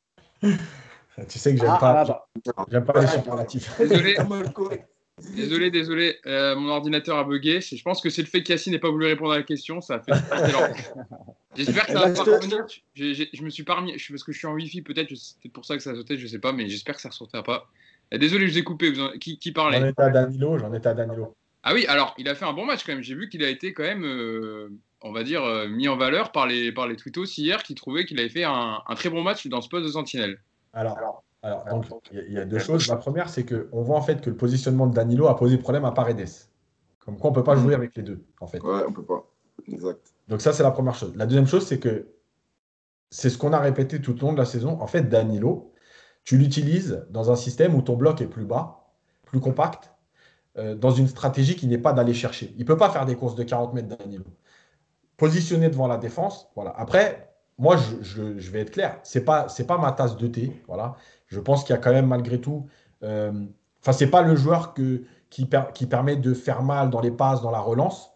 Speaker 3: Tu sais que j'aime
Speaker 2: Ah, ah
Speaker 3: pas,
Speaker 2: là, bah.
Speaker 3: j'aime pas les superlatifs.
Speaker 1: Désolé,
Speaker 4: Un match correct.
Speaker 1: désolé, désolé, euh, mon ordinateur a bugué. Je pense que c'est le fait qu'Yacine n'ait pas voulu répondre à la question, ça a fait passer leur- J'espère que
Speaker 2: Eh
Speaker 1: ça va
Speaker 2: ben, je
Speaker 1: pas
Speaker 2: te-
Speaker 1: revenir. J'ai- j'ai- je me suis pas remis, je- parce que je suis en Wi-Fi, peut-être, je- c'est peut-être pour ça que ça a sauté, je sais pas, mais j'espère que ça ne ressortira pas. Euh, Désolé, je vous ai coupé. vous en- Qui, qui
Speaker 3: J'en
Speaker 1: parlait?
Speaker 3: étais à Danilo, j'en étais à Danilo.
Speaker 1: Ah oui, alors, il a fait un bon match quand même. J'ai vu qu'il a été quand même, euh, on va dire, euh, mis en valeur par les, par les twittos hier qui trouvaient qu'il avait fait un, un très bon match dans ce poste de sentinelle.
Speaker 3: Alors, alors donc, il y, a- il y a deux choses. La première, c'est qu'on voit en fait que le positionnement de Danilo a posé problème à Paredes. Comme quoi, on ne peut pas jouer
Speaker 4: Mhm.
Speaker 3: avec les deux, en fait.
Speaker 4: Ouais, on peut pas. Exact.
Speaker 3: Donc ça, c'est la première chose. La deuxième chose, c'est que c'est ce qu'on a répété tout au long de la saison. En fait, Danilo, tu l'utilises dans un système où ton bloc est plus bas, plus compact, euh, dans une stratégie qui n'est pas d'aller chercher. Il ne peut pas faire des courses de quarante mètres, Danilo. Positionné devant la défense, voilà. Après, moi, je, je- je vais être clair, c'est pas, c'est pas ma tasse de thé, voilà. Je pense qu'il y a quand même malgré tout, euh, enfin, c'est pas le joueur que, qui, per- qui permet de faire mal dans les passes, dans la relance.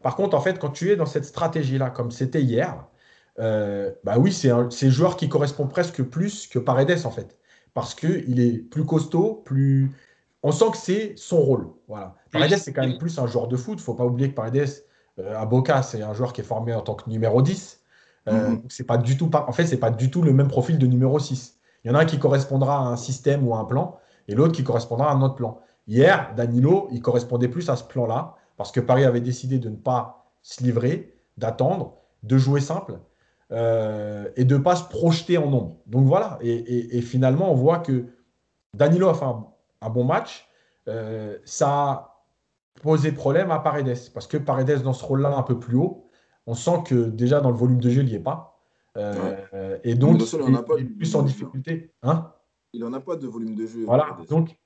Speaker 3: Par contre, en fait, quand tu es dans cette stratégie-là, comme c'était hier, euh, bah oui, c'est un, c'est un joueur qui correspond presque plus que Paredes, en fait. Parce qu'il est plus costaud, plus. On sent que c'est son rôle. Voilà.
Speaker 1: Plus
Speaker 3: Paredes, c'est quand même plus un joueur de foot. Il ne faut pas oublier que Paredes, euh, à Boca, c'est un joueur qui est formé en tant que numéro dix. Euh,
Speaker 4: Mhm.
Speaker 3: donc c'est pas du tout, pas- en fait, c'est pas du tout le même profil de numéro six. Il y en a un qui correspondra à un système ou à un plan, et l'autre qui correspondra à un autre plan. Hier, Danilo, il correspondait plus à ce plan-là, parce que Paris avait décidé de ne pas se livrer, d'attendre, de jouer simple, euh, et de ne pas se projeter en nombre. Donc voilà, et, et- et finalement, on voit que Danilo a fait un, un bon match. Euh, ça a posé problème à Paredes, parce que Paredes, dans ce rôle-là, un peu plus haut, on sent que déjà dans le volume de jeu, il n'y est pas.
Speaker 4: Ouais.
Speaker 3: Euh, et
Speaker 4: Mais de
Speaker 3: donc,
Speaker 4: toute façon, il
Speaker 3: il
Speaker 4: n'en
Speaker 3: est,
Speaker 4: a pas
Speaker 3: il est
Speaker 4: de
Speaker 3: plus
Speaker 4: volume
Speaker 3: en
Speaker 4: de jeu, hein.
Speaker 3: difficulté. Hein.
Speaker 4: Il n'en a pas de volume de jeu,
Speaker 3: Voilà.
Speaker 4: Paredes.
Speaker 3: Donc,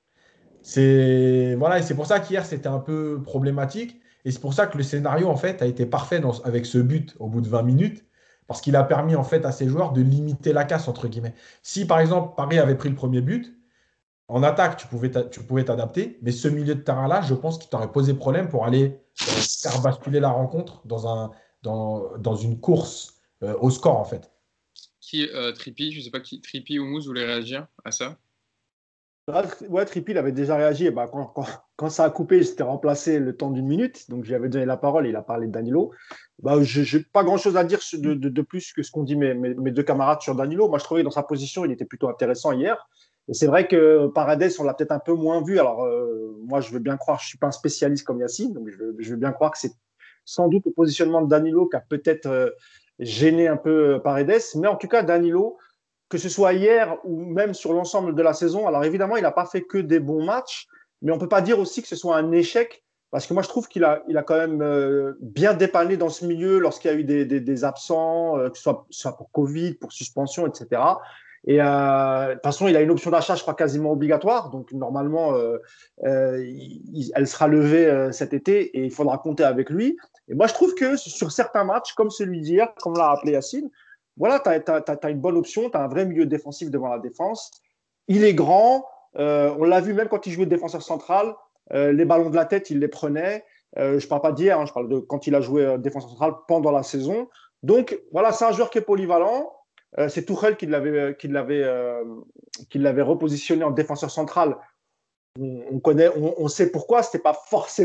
Speaker 3: c'est voilà, et c'est pour ça qu'hier, c'était un peu problématique. Et c'est pour ça que le scénario, en fait, a été parfait dans- avec ce but au bout de vingt minutes, parce qu'il a permis, en fait, à ses joueurs de limiter la casse, entre guillemets. Si, par exemple, Paris avait pris le premier but, en attaque, tu pouvais t'a- tu pouvais t'adapter, mais ce milieu de terrain-là, je pense qu'il t'aurait posé problème pour aller euh, faire basculer la rencontre dans, un, dans, dans une course euh, au score, en fait.
Speaker 1: qui euh, Trippi, je sais pas qui, Trippi ou Mousse voulait réagir à ça.
Speaker 2: Ah, Ouais, Trippier il avait déjà réagi. Bah, quand, quand, quand ça a coupé, j'étais remplacé le temps d'une minute. Donc, j'avais donné la parole et il a parlé de Danilo. Bah, je n'ai pas grand-chose à dire de, de, de plus que ce qu'ont dit mes, mes, mes deux camarades sur Danilo. Moi, je trouvais que dans sa position, il était plutôt intéressant hier. Et c'est vrai que Paredes, on l'a peut-être un peu moins vu. Alors, euh, moi, je veux bien croire, je ne suis pas un spécialiste comme Yacine, donc je veux, je veux bien croire que c'est sans doute le positionnement de Danilo qui a peut-être euh, gêné un peu Paredes. Mais en tout cas, Danilo, que ce soit hier ou même sur l'ensemble de la saison. Alors évidemment, il n'a pas fait que des bons matchs, mais on ne peut pas dire aussi que ce soit un échec, parce que moi je trouve qu'il a, il a quand même euh, bien dépanné dans ce milieu lorsqu'il y a eu des, des, des absents, euh, que ce soit, soit pour Covid, pour suspension, et cetera. Et euh, de toute façon, il a une option d'achat, je crois, quasiment obligatoire. Donc, normalement, euh, euh, il, elle sera levée euh, cet été et il faudra compter avec lui. Et moi, je trouve que sur certains matchs, comme celui d'hier, comme l'a rappelé Yacine, voilà, tu as, une bonne option, tu as un vrai milieu défensif devant la défense. Il est grand, euh, on l'a vu même quand il jouait défenseur central, euh, les ballons de la tête, il les prenait. Euh, je ne parle pas d'hier, hein, je parle de quand il a joué euh, défenseur central pendant la saison. Donc voilà, c'est un joueur qui est polyvalent. Euh, c'est Tuchel qui l'avait, qui, l'avait, euh, qui l'avait repositionné en défenseur central. On, on connaît, on, on, sait pourquoi, ce n'était pas,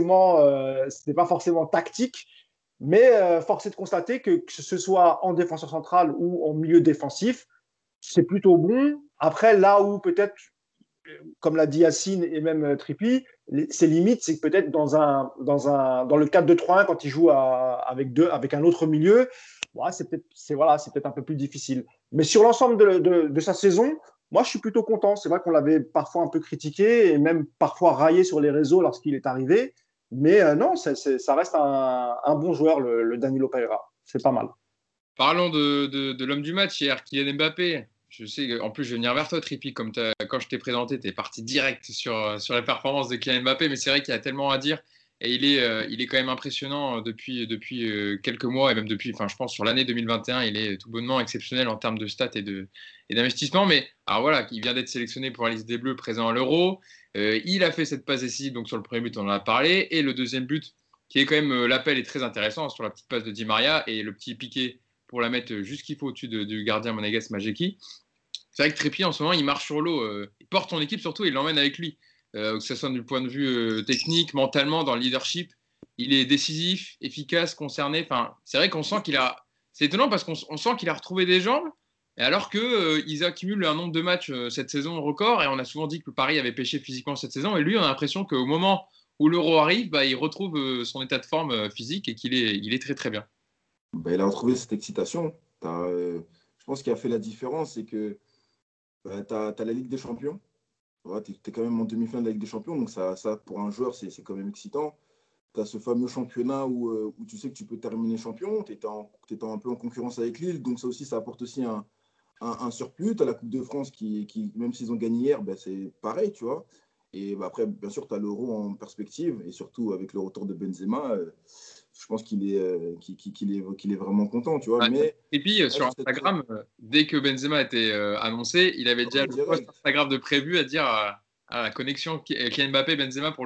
Speaker 2: euh, pas forcément tactique. Mais euh, force est de constater que, que ce soit en défenseur central ou en milieu défensif, c'est plutôt bon. Après, là où peut-être, comme l'a dit Yacine et même euh, Trippi, ses limites, c'est que peut-être dans, un, dans, un, dans le quatre deux trois un, quand il joue à, avec, deux, avec un autre milieu, ouais, c'est peut-être c'est, voilà, c'est peut-être un peu plus difficile. Mais sur l'ensemble de, de, de sa saison, moi, je suis plutôt content. C'est vrai qu'on l'avait parfois un peu critiqué et même parfois raillé sur les réseaux lorsqu'il est arrivé. Mais euh, non, c'est, c'est, ça reste un, un bon joueur, le, le Danilo Pereira. C'est pas mal.
Speaker 1: Parlons de, de, de l'homme du match hier, Kylian Mbappé. Je sais, en plus, je vais venir vers toi, Trippi, comme quand je t'ai présenté, tu es parti direct sur, sur la performance de Kylian Mbappé, mais c'est vrai qu'il y a tellement à dire et il est, euh, il est quand même impressionnant depuis, depuis euh, quelques mois et même depuis, enfin, je pense, sur l'année deux mille vingt et un, il est tout bonnement exceptionnel en termes de stats et, de, et d'investissement. Mais alors voilà, il vient d'être sélectionné pour la liste des Bleus présent à l'Euro. Euh, il a fait cette passe décisive, donc sur le premier but, on en a parlé, et le deuxième but, qui est quand même, euh, l'appel est très intéressant sur la petite passe de Di Maria et le petit piqué pour la mettre juste qu'il faut au-dessus de, du gardien monégasque Majeki. C'est vrai que Trippier, en ce moment, il marche sur l'eau. Euh, il porte son équipe, surtout, il l'emmène avec lui. Euh, que ce soit du point de vue euh, technique, mentalement, dans le leadership. Il est décisif, efficace, concerné. Enfin, c'est vrai qu'on sent qu'il a... C'est étonnant parce qu'on on sent qu'il a retrouvé des jambes, alors qu'ils euh, accumulent un nombre de matchs euh, cette saison record. Et on a souvent dit que le Paris avait pêché physiquement cette saison. Et lui, on a l'impression qu'au moment où l'Euro arrive, bah, il retrouve euh, son état de forme euh, physique et qu'il est, il est très, très bien.
Speaker 4: Bah, il a retrouvé cette excitation. Euh, je pense qu'il a fait la différence, c'est que bah, tu as la Ligue des Champions. Ouais, tu es quand même en demi-finale de la Ligue des Champions, donc ça, ça pour un joueur, c'est quand même excitant. Tu as ce fameux championnat où, euh, où tu sais que tu peux terminer champion, tu étais un peu en concurrence avec Lille, donc ça aussi, ça apporte aussi un, un, un surplus. Tu as la Coupe de France qui, qui même s'ils ont gagné hier, ben, c'est pareil, tu vois. Et bah, après, bien sûr, tu as l'Euro en perspective, et surtout avec le retour de Benzema, euh, je pense qu'il est, euh, qu'il, qu'il est, qu'il est vraiment content, tu vois.
Speaker 1: Ouais.
Speaker 4: Mais,
Speaker 1: et puis euh, sur Instagram, euh, dès que Benzema était euh, annoncé, il avait déjà le post Instagram de prévu à dire à, à la connexion Kylian Mbappé-Benzema pour l'Euro.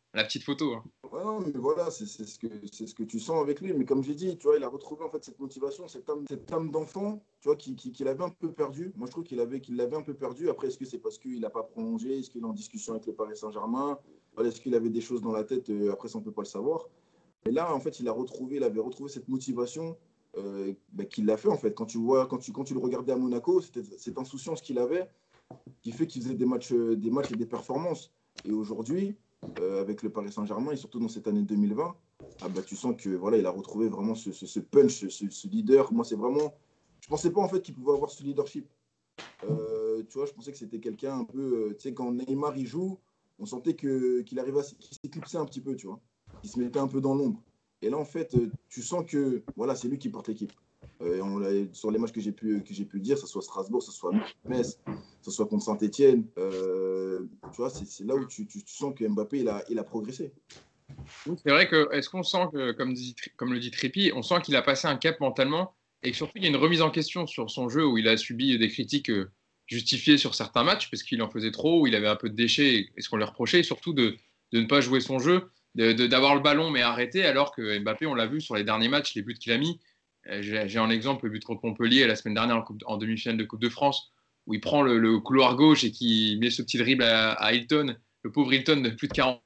Speaker 1: la petite photo. Hein.
Speaker 4: Ouais, non, mais voilà, c'est c'est ce que, c'est ce que tu sens avec lui. Mais comme j'ai dit, tu vois, il a retrouvé en fait cette motivation, cette âme, cette âme d'enfant, tu vois, qu'il qui, qu'il avait un peu perdu. Moi, je trouve qu'il avait, qu'il l'avait un peu perdu. Après, est-ce que c'est parce qu'il n'a pas prolongé? Est-ce qu'il est en discussion avec le Paris Saint-Germain? Voilà, est-ce qu'il avait des choses dans la tête? Euh, Après, ça, on ne peut pas le savoir. Et là, en fait, il a retrouvé, il avait retrouvé cette motivation euh, bah, qu'il l'a fait, en fait. Quand tu, vois, quand tu, quand tu le regardais à Monaco, c'était cette insouciance qu'il avait qui fait qu'il faisait des matchs, euh, des matchs et des performances. Et aujourd'hui, euh, avec le Paris Saint-Germain, et surtout dans cette année deux mille vingt, ah bah, tu sens que voilà, il a retrouvé vraiment ce, ce, ce punch, ce, ce leader. Moi, c'est vraiment. Je ne pensais pas en fait qu'il pouvait avoir ce leadership. Euh, tu vois, je pensais que c'était quelqu'un un peu. Euh, tu sais, quand Neymar il joue, on sentait que, qu'il arrivait à qu'il s'éclipsait un petit peu, tu vois. Il se mettait un peu dans l'ombre. Et là, en fait, euh, tu sens que voilà, c'est lui qui porte l'équipe. Euh, on l'a- sur les matchs que j'ai pu, que j'ai pu dire, que ce soit Strasbourg, que ce soit Metz, que ce soit contre Saint-Etienne, euh, tu vois, c'est, c'est là où tu, tu, tu sens que Mbappé, il a, il a progressé.
Speaker 1: Oui, c'est vrai que, est-ce qu'on sent que, comme, dit, comme le dit Trippi, on sent qu'il a passé un cap mentalement et que surtout il y a une remise en question sur son jeu où il a subi des critiques euh, justifiées sur certains matchs parce qu'il en faisait trop, où il avait un peu de déchets et ce qu'on lui reprochait, et surtout de, de ne pas jouer son jeu, de, de, d'avoir le ballon mais arrêter, alors que Mbappé, on l'a vu sur les derniers matchs, les buts qu'il a mis. Euh, J'ai, j'ai un exemple, le but contre Montpellier la semaine dernière en, coupe, en demi-finale de Coupe de France, où il prend le, le couloir gauche et qui met ce petit dribble à, à Hilton, le pauvre Hilton de plus de quarante.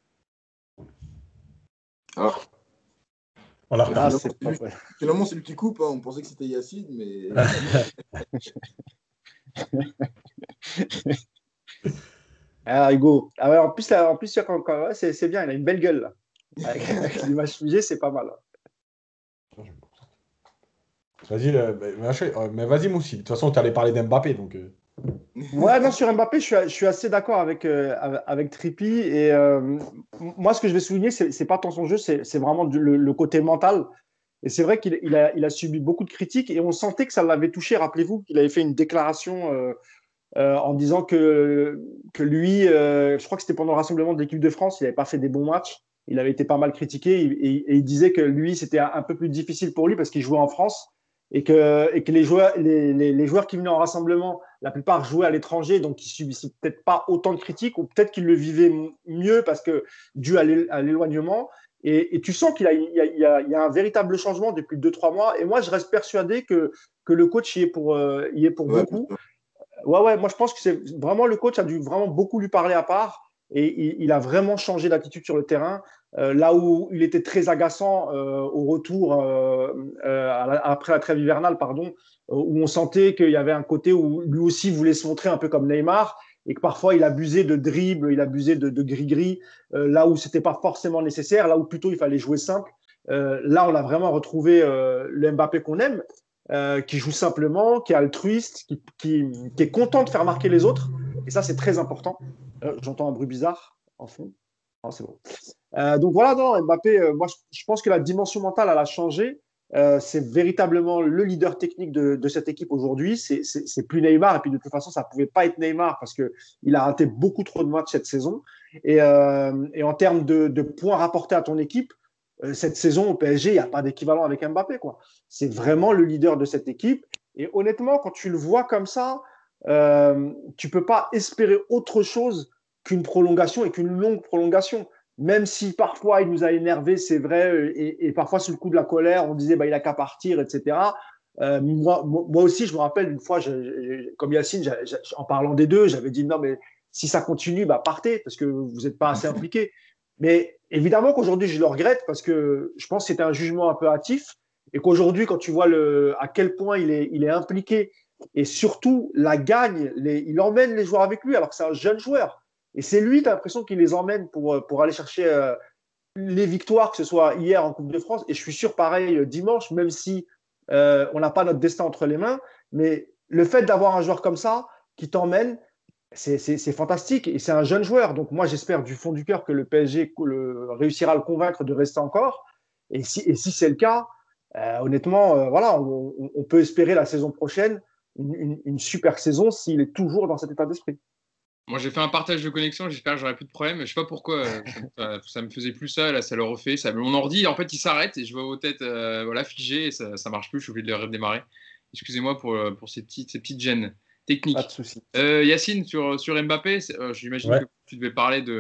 Speaker 4: Ah,
Speaker 3: On l'a
Speaker 4: bah,
Speaker 2: Ah,
Speaker 3: reparti.
Speaker 4: finalement,
Speaker 2: c'est
Speaker 4: c'est
Speaker 2: pas
Speaker 4: lui,
Speaker 2: vrai.
Speaker 4: finalement, c'est lui qui coupe. Hein. On pensait que c'était Yacine, mais.
Speaker 2: Ah, Hugo. Ah ouais, en plus, là, en plus, il y a quand- quand- ouais, c'est c'est bien, il a une belle gueule. Là. Avec, avec l'image figée, c'est pas mal.
Speaker 3: Vas-y, le- mais, mais, mais vas-y, Moussi. De toute façon, tu allais parler d'Mbappé, donc. euh,
Speaker 2: Ouais, non, sur Mbappé, je suis, je suis assez d'accord avec, euh, avec, avec Trippi. Et euh, moi, ce que je vais souligner, c'est c'est pas tant son jeu, c'est c'est vraiment du- le, le côté mental. Et c'est vrai qu'il il a, il a subi beaucoup de critiques et on sentait que ça l'avait touché. Rappelez-vous qu'il avait fait une déclaration euh, euh, en disant que, que lui, euh, je crois que c'était pendant le rassemblement de l'équipe de France, il n'avait pas fait des bons matchs. Il avait été pas mal critiqué et, et, et il disait que lui, c'était un, un peu plus difficile pour lui parce qu'il jouait en France et que, et que les, joueurs, les, les, les joueurs qui venaient en rassemblement, la plupart jouaient à l'étranger, donc ils subissaient peut-être pas autant de critiques ou peut-être qu'ils le vivaient mieux parce que dû à l'éloignement. Et, et, tu sens qu'il a, il y a, il y a, il y a un véritable changement depuis deux trois mois. Et moi, je reste persuadé que, que le coach y est pour, euh, y est pour
Speaker 4: Ouais, bien
Speaker 2: beaucoup.
Speaker 4: sûr.
Speaker 2: Ouais, ouais, moi je pense que c'est vraiment le coach a dû vraiment beaucoup lui parler à part et il, il a vraiment changé d'attitude sur le terrain. Euh, là où il était très agaçant euh, au retour euh, euh, après la trêve hivernale, pardon, euh, où on sentait qu'il y avait un côté où lui aussi voulait se montrer un peu comme Neymar et que parfois il abusait de dribble, il abusait de, de gris-gris, euh, là où c'était pas forcément nécessaire, là où plutôt il fallait jouer simple. Euh, là, on a vraiment retrouvé euh, le Mbappé qu'on aime euh, qui joue simplement, qui est altruiste, qui, qui, qui, est content de faire marquer les autres. Et ça, c'est très important. Euh, J'entends un bruit bizarre en fond. Oh, c'est bon. Euh, donc voilà, non, Mbappé, euh, moi, je, je, pense que la dimension mentale, elle a changé. Euh, c'est véritablement le leader technique de, de cette équipe aujourd'hui. C'est plus Neymar. Et puis de toute façon, ça ne pouvait pas être Neymar parce qu'il a raté beaucoup trop de matchs cette saison. Et, euh, et en termes de, de points rapportés à ton équipe, cette saison au P S G, il n'y a pas d'équivalent avec Mbappé, quoi. C'est vraiment le leader de cette équipe. Et honnêtement, quand tu le vois comme ça, euh, tu ne peux pas espérer autre chose qu'une prolongation et qu'une longue prolongation. Même si parfois il nous a énervés, c'est vrai, et, et parfois sous le coup de la colère, on disait bah, il n'a qu'à partir, et cetera. Euh, moi, moi aussi, je me rappelle une fois, je, je, comme Yacine, je, je, en parlant des deux, j'avais dit non, mais si ça continue, bah, partez, parce que vous n'êtes pas assez impliqués. Mais évidemment qu'aujourd'hui, je le regrette parce que je pense que c'était un jugement un peu hâtif et qu'aujourd'hui, quand tu vois le, à quel point il est, il est impliqué et surtout la gagne, les, il emmène les joueurs avec lui alors que c'est un jeune joueur. Et c'est lui, tu as l'impression qu'il les emmène pour, pour aller chercher euh, les victoires, que ce soit hier en Coupe de France. Et je suis sûr, pareil, dimanche, même si euh, on n'a pas notre destin entre les mains. Mais le fait d'avoir un joueur comme ça qui t'emmène, c'est fantastique et c'est un jeune joueur. Donc moi, j'espère du fond du cœur que le P S G le, réussira à le convaincre de rester encore. Et si, et si c'est le cas, euh, honnêtement, euh, voilà, on, on, peut espérer la saison prochaine une, une, une super saison s'il est toujours dans cet état d'esprit.
Speaker 1: Moi, j'ai fait un partage de connexion, j'espère que j'aurai plus de problème. Je sais pas pourquoi, ça, ça me faisait plus ça, là, ça le refait. Ça, mon ordi, en fait, il s'arrête et je vois vos têtes euh, voilà, figées et ça, ça marche plus, je suis obligé de le redémarrer. Excusez-moi pour, pour ces, petites, ces petites gênes techniques.
Speaker 2: Pas de souci.
Speaker 1: Euh, Yacine, sur, sur Mbappé, euh, j'imagine
Speaker 3: Ouais.
Speaker 1: que tu devais parler de,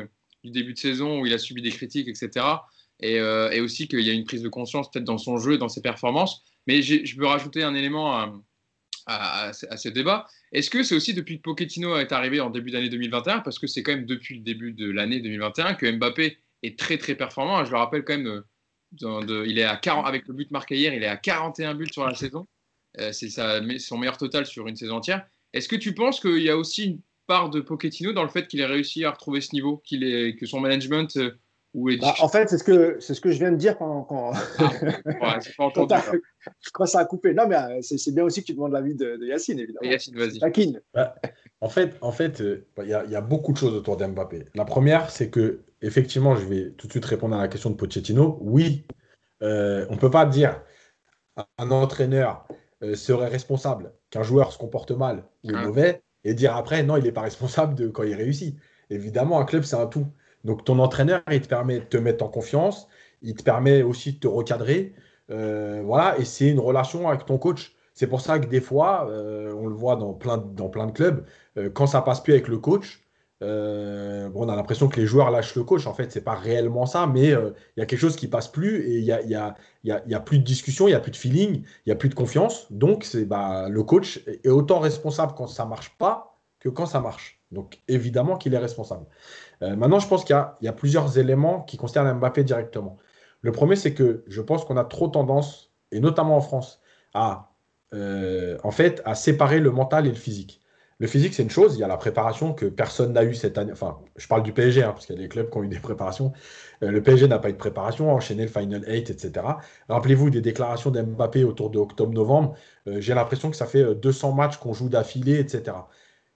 Speaker 1: du début de saison où il a subi des critiques, et cetera. Et, euh, et aussi qu'il y a une prise de conscience peut-être dans son jeu et dans ses performances. Mais je peux rajouter un élément à, à, à, à ce débat. Est-ce que c'est aussi depuis que Pochettino est arrivé en début d'année deux mille vingt et un, parce que c'est quand même depuis le début de l'année deux mille vingt et un que Mbappé est très très performant. Je le rappelle quand même, de, de, il est à quarante, avec le but marqué hier, il est à quarante et un buts sur la saison. Euh, c'est sa, son meilleur total sur une saison entière. Est-ce que tu penses qu'il y a aussi une part de Pochettino dans le fait qu'il ait réussi à retrouver ce niveau, qu'il est, que son management euh, où est...
Speaker 2: Bah, en fait, c'est ce, que, c'est ce que je viens de dire quand, quand...
Speaker 1: Ah, ouais, c'est pas entendu,
Speaker 2: je crois que ça a coupé. Non, mais c'est, c'est bien aussi que tu demandes l'avis de, de Yacine, évidemment.
Speaker 1: Yacine, vas-y.
Speaker 2: Taquine.
Speaker 3: Bah, en fait, en fait, il euh, y, a, y a beaucoup de choses autour d'Mbappé. La première, c'est que effectivement, je vais tout de suite répondre à la question de Pochettino. Oui, euh, on ne peut pas dire un entraîneur euh, serait responsable qu'un joueur se comporte mal ou est
Speaker 1: Ah.
Speaker 3: mauvais et dire après non, il n'est pas responsable de quand il réussit. Évidemment, un club, c'est un tout. Donc ton entraîneur, il te permet de te mettre en confiance, il te permet aussi de te recadrer. Euh, voilà, et c'est une relation avec ton coach. C'est pour ça que des fois, euh, on le voit dans plein, de, dans plein de clubs, euh, quand ça passe plus avec le coach, euh, bon, on a l'impression que les joueurs lâchent le coach. En fait, c'est pas réellement ça, mais il euh, y a quelque chose qui passe plus et il y a, y a, y a, y a plus de discussion, il y a plus de feeling, il y a plus de confiance. Donc, c'est bah, le coach est autant responsable quand ça marche pas que quand ça marche. Donc, évidemment qu'il est responsable. Euh, maintenant, je pense qu'il y a, y a plusieurs éléments qui concernent Mbappé directement. Le premier, c'est que je pense qu'on a trop tendance, et notamment en France, à, euh, en fait, à séparer le mental et le physique. Le physique, c'est une chose, il y a la préparation que personne n'a eu cette année. Enfin, je parle du P S G, hein, parce qu'il y a des clubs qui ont eu des préparations. Euh, le P S G n'a pas eu de préparation, a enchaîné le Final eight, et cetera. Rappelez-vous des déclarations d'Mbappé autour de octobre-novembre. Euh, j'ai l'impression que ça fait deux cents matchs qu'on joue d'affilée, et cetera.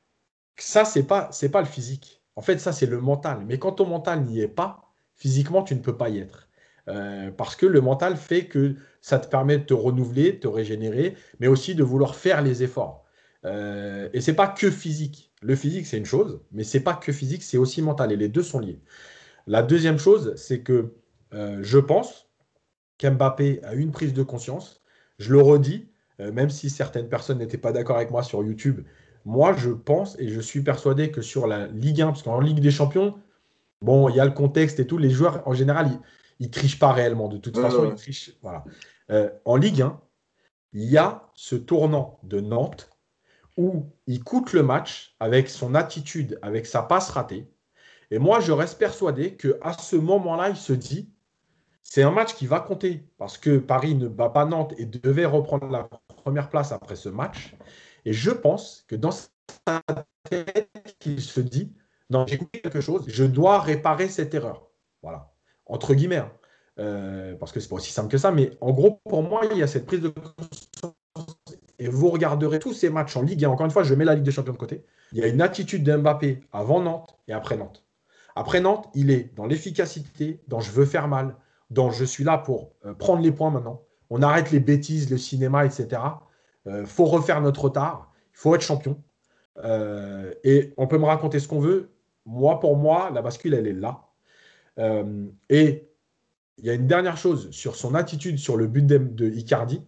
Speaker 3: Ça, c'est pas, c'est pas le physique. En fait, ça, c'est le mental. Mais quand ton mental n'y est pas, physiquement, tu ne peux pas y être. Euh, parce que le mental fait que ça te permet de te renouveler, de te régénérer, mais aussi de vouloir faire les efforts. Euh, et c'est pas que physique. Le physique, c'est une chose, mais c'est pas que physique, c'est aussi mental. Et les deux sont liés. La deuxième chose, c'est que euh, je pense qu'Mbappé a eu une prise de conscience. Je le redis, euh, même si certaines personnes n'étaient pas d'accord avec moi sur YouTube, moi, je pense et je suis persuadé que sur la Ligue un, parce qu'en Ligue des Champions, bon, il y a le contexte et tout, les joueurs, en général, ils ne trichent pas réellement. De toute
Speaker 4: Ouais,
Speaker 3: façon,
Speaker 4: ouais.
Speaker 3: ils trichent. Voilà. Euh, en Ligue un, il y a ce tournant de Nantes où il coûte le match avec son attitude, avec sa passe ratée. Et moi, je reste persuadé qu'à ce moment-là, il se dit, c'est un match qui va compter parce que Paris ne bat pas Nantes et devait reprendre la première place après ce match. Et je pense que dans sa tête, il se dit, non, j'ai coupé quelque chose, je dois réparer cette erreur. Voilà, entre guillemets, hein. euh, parce que c'est pas aussi simple que ça, mais en gros, pour moi, il y a cette prise de conscience. Et vous regarderez tous ces matchs en Ligue un. Encore une fois, je mets la Ligue des Champions de côté. Il y a une attitude d'Mbappé avant Nantes et après Nantes. Après Nantes, il est dans l'efficacité, dans je veux faire mal, dans je suis là pour euh, prendre les points maintenant. On arrête les bêtises, le cinéma, et cetera. Il euh, faut refaire notre retard. Il faut être champion. Euh, et on peut me raconter ce qu'on veut. Moi, pour moi, la bascule, elle est là. Euh, et il y a une dernière chose sur son attitude sur le but de, de Icardi.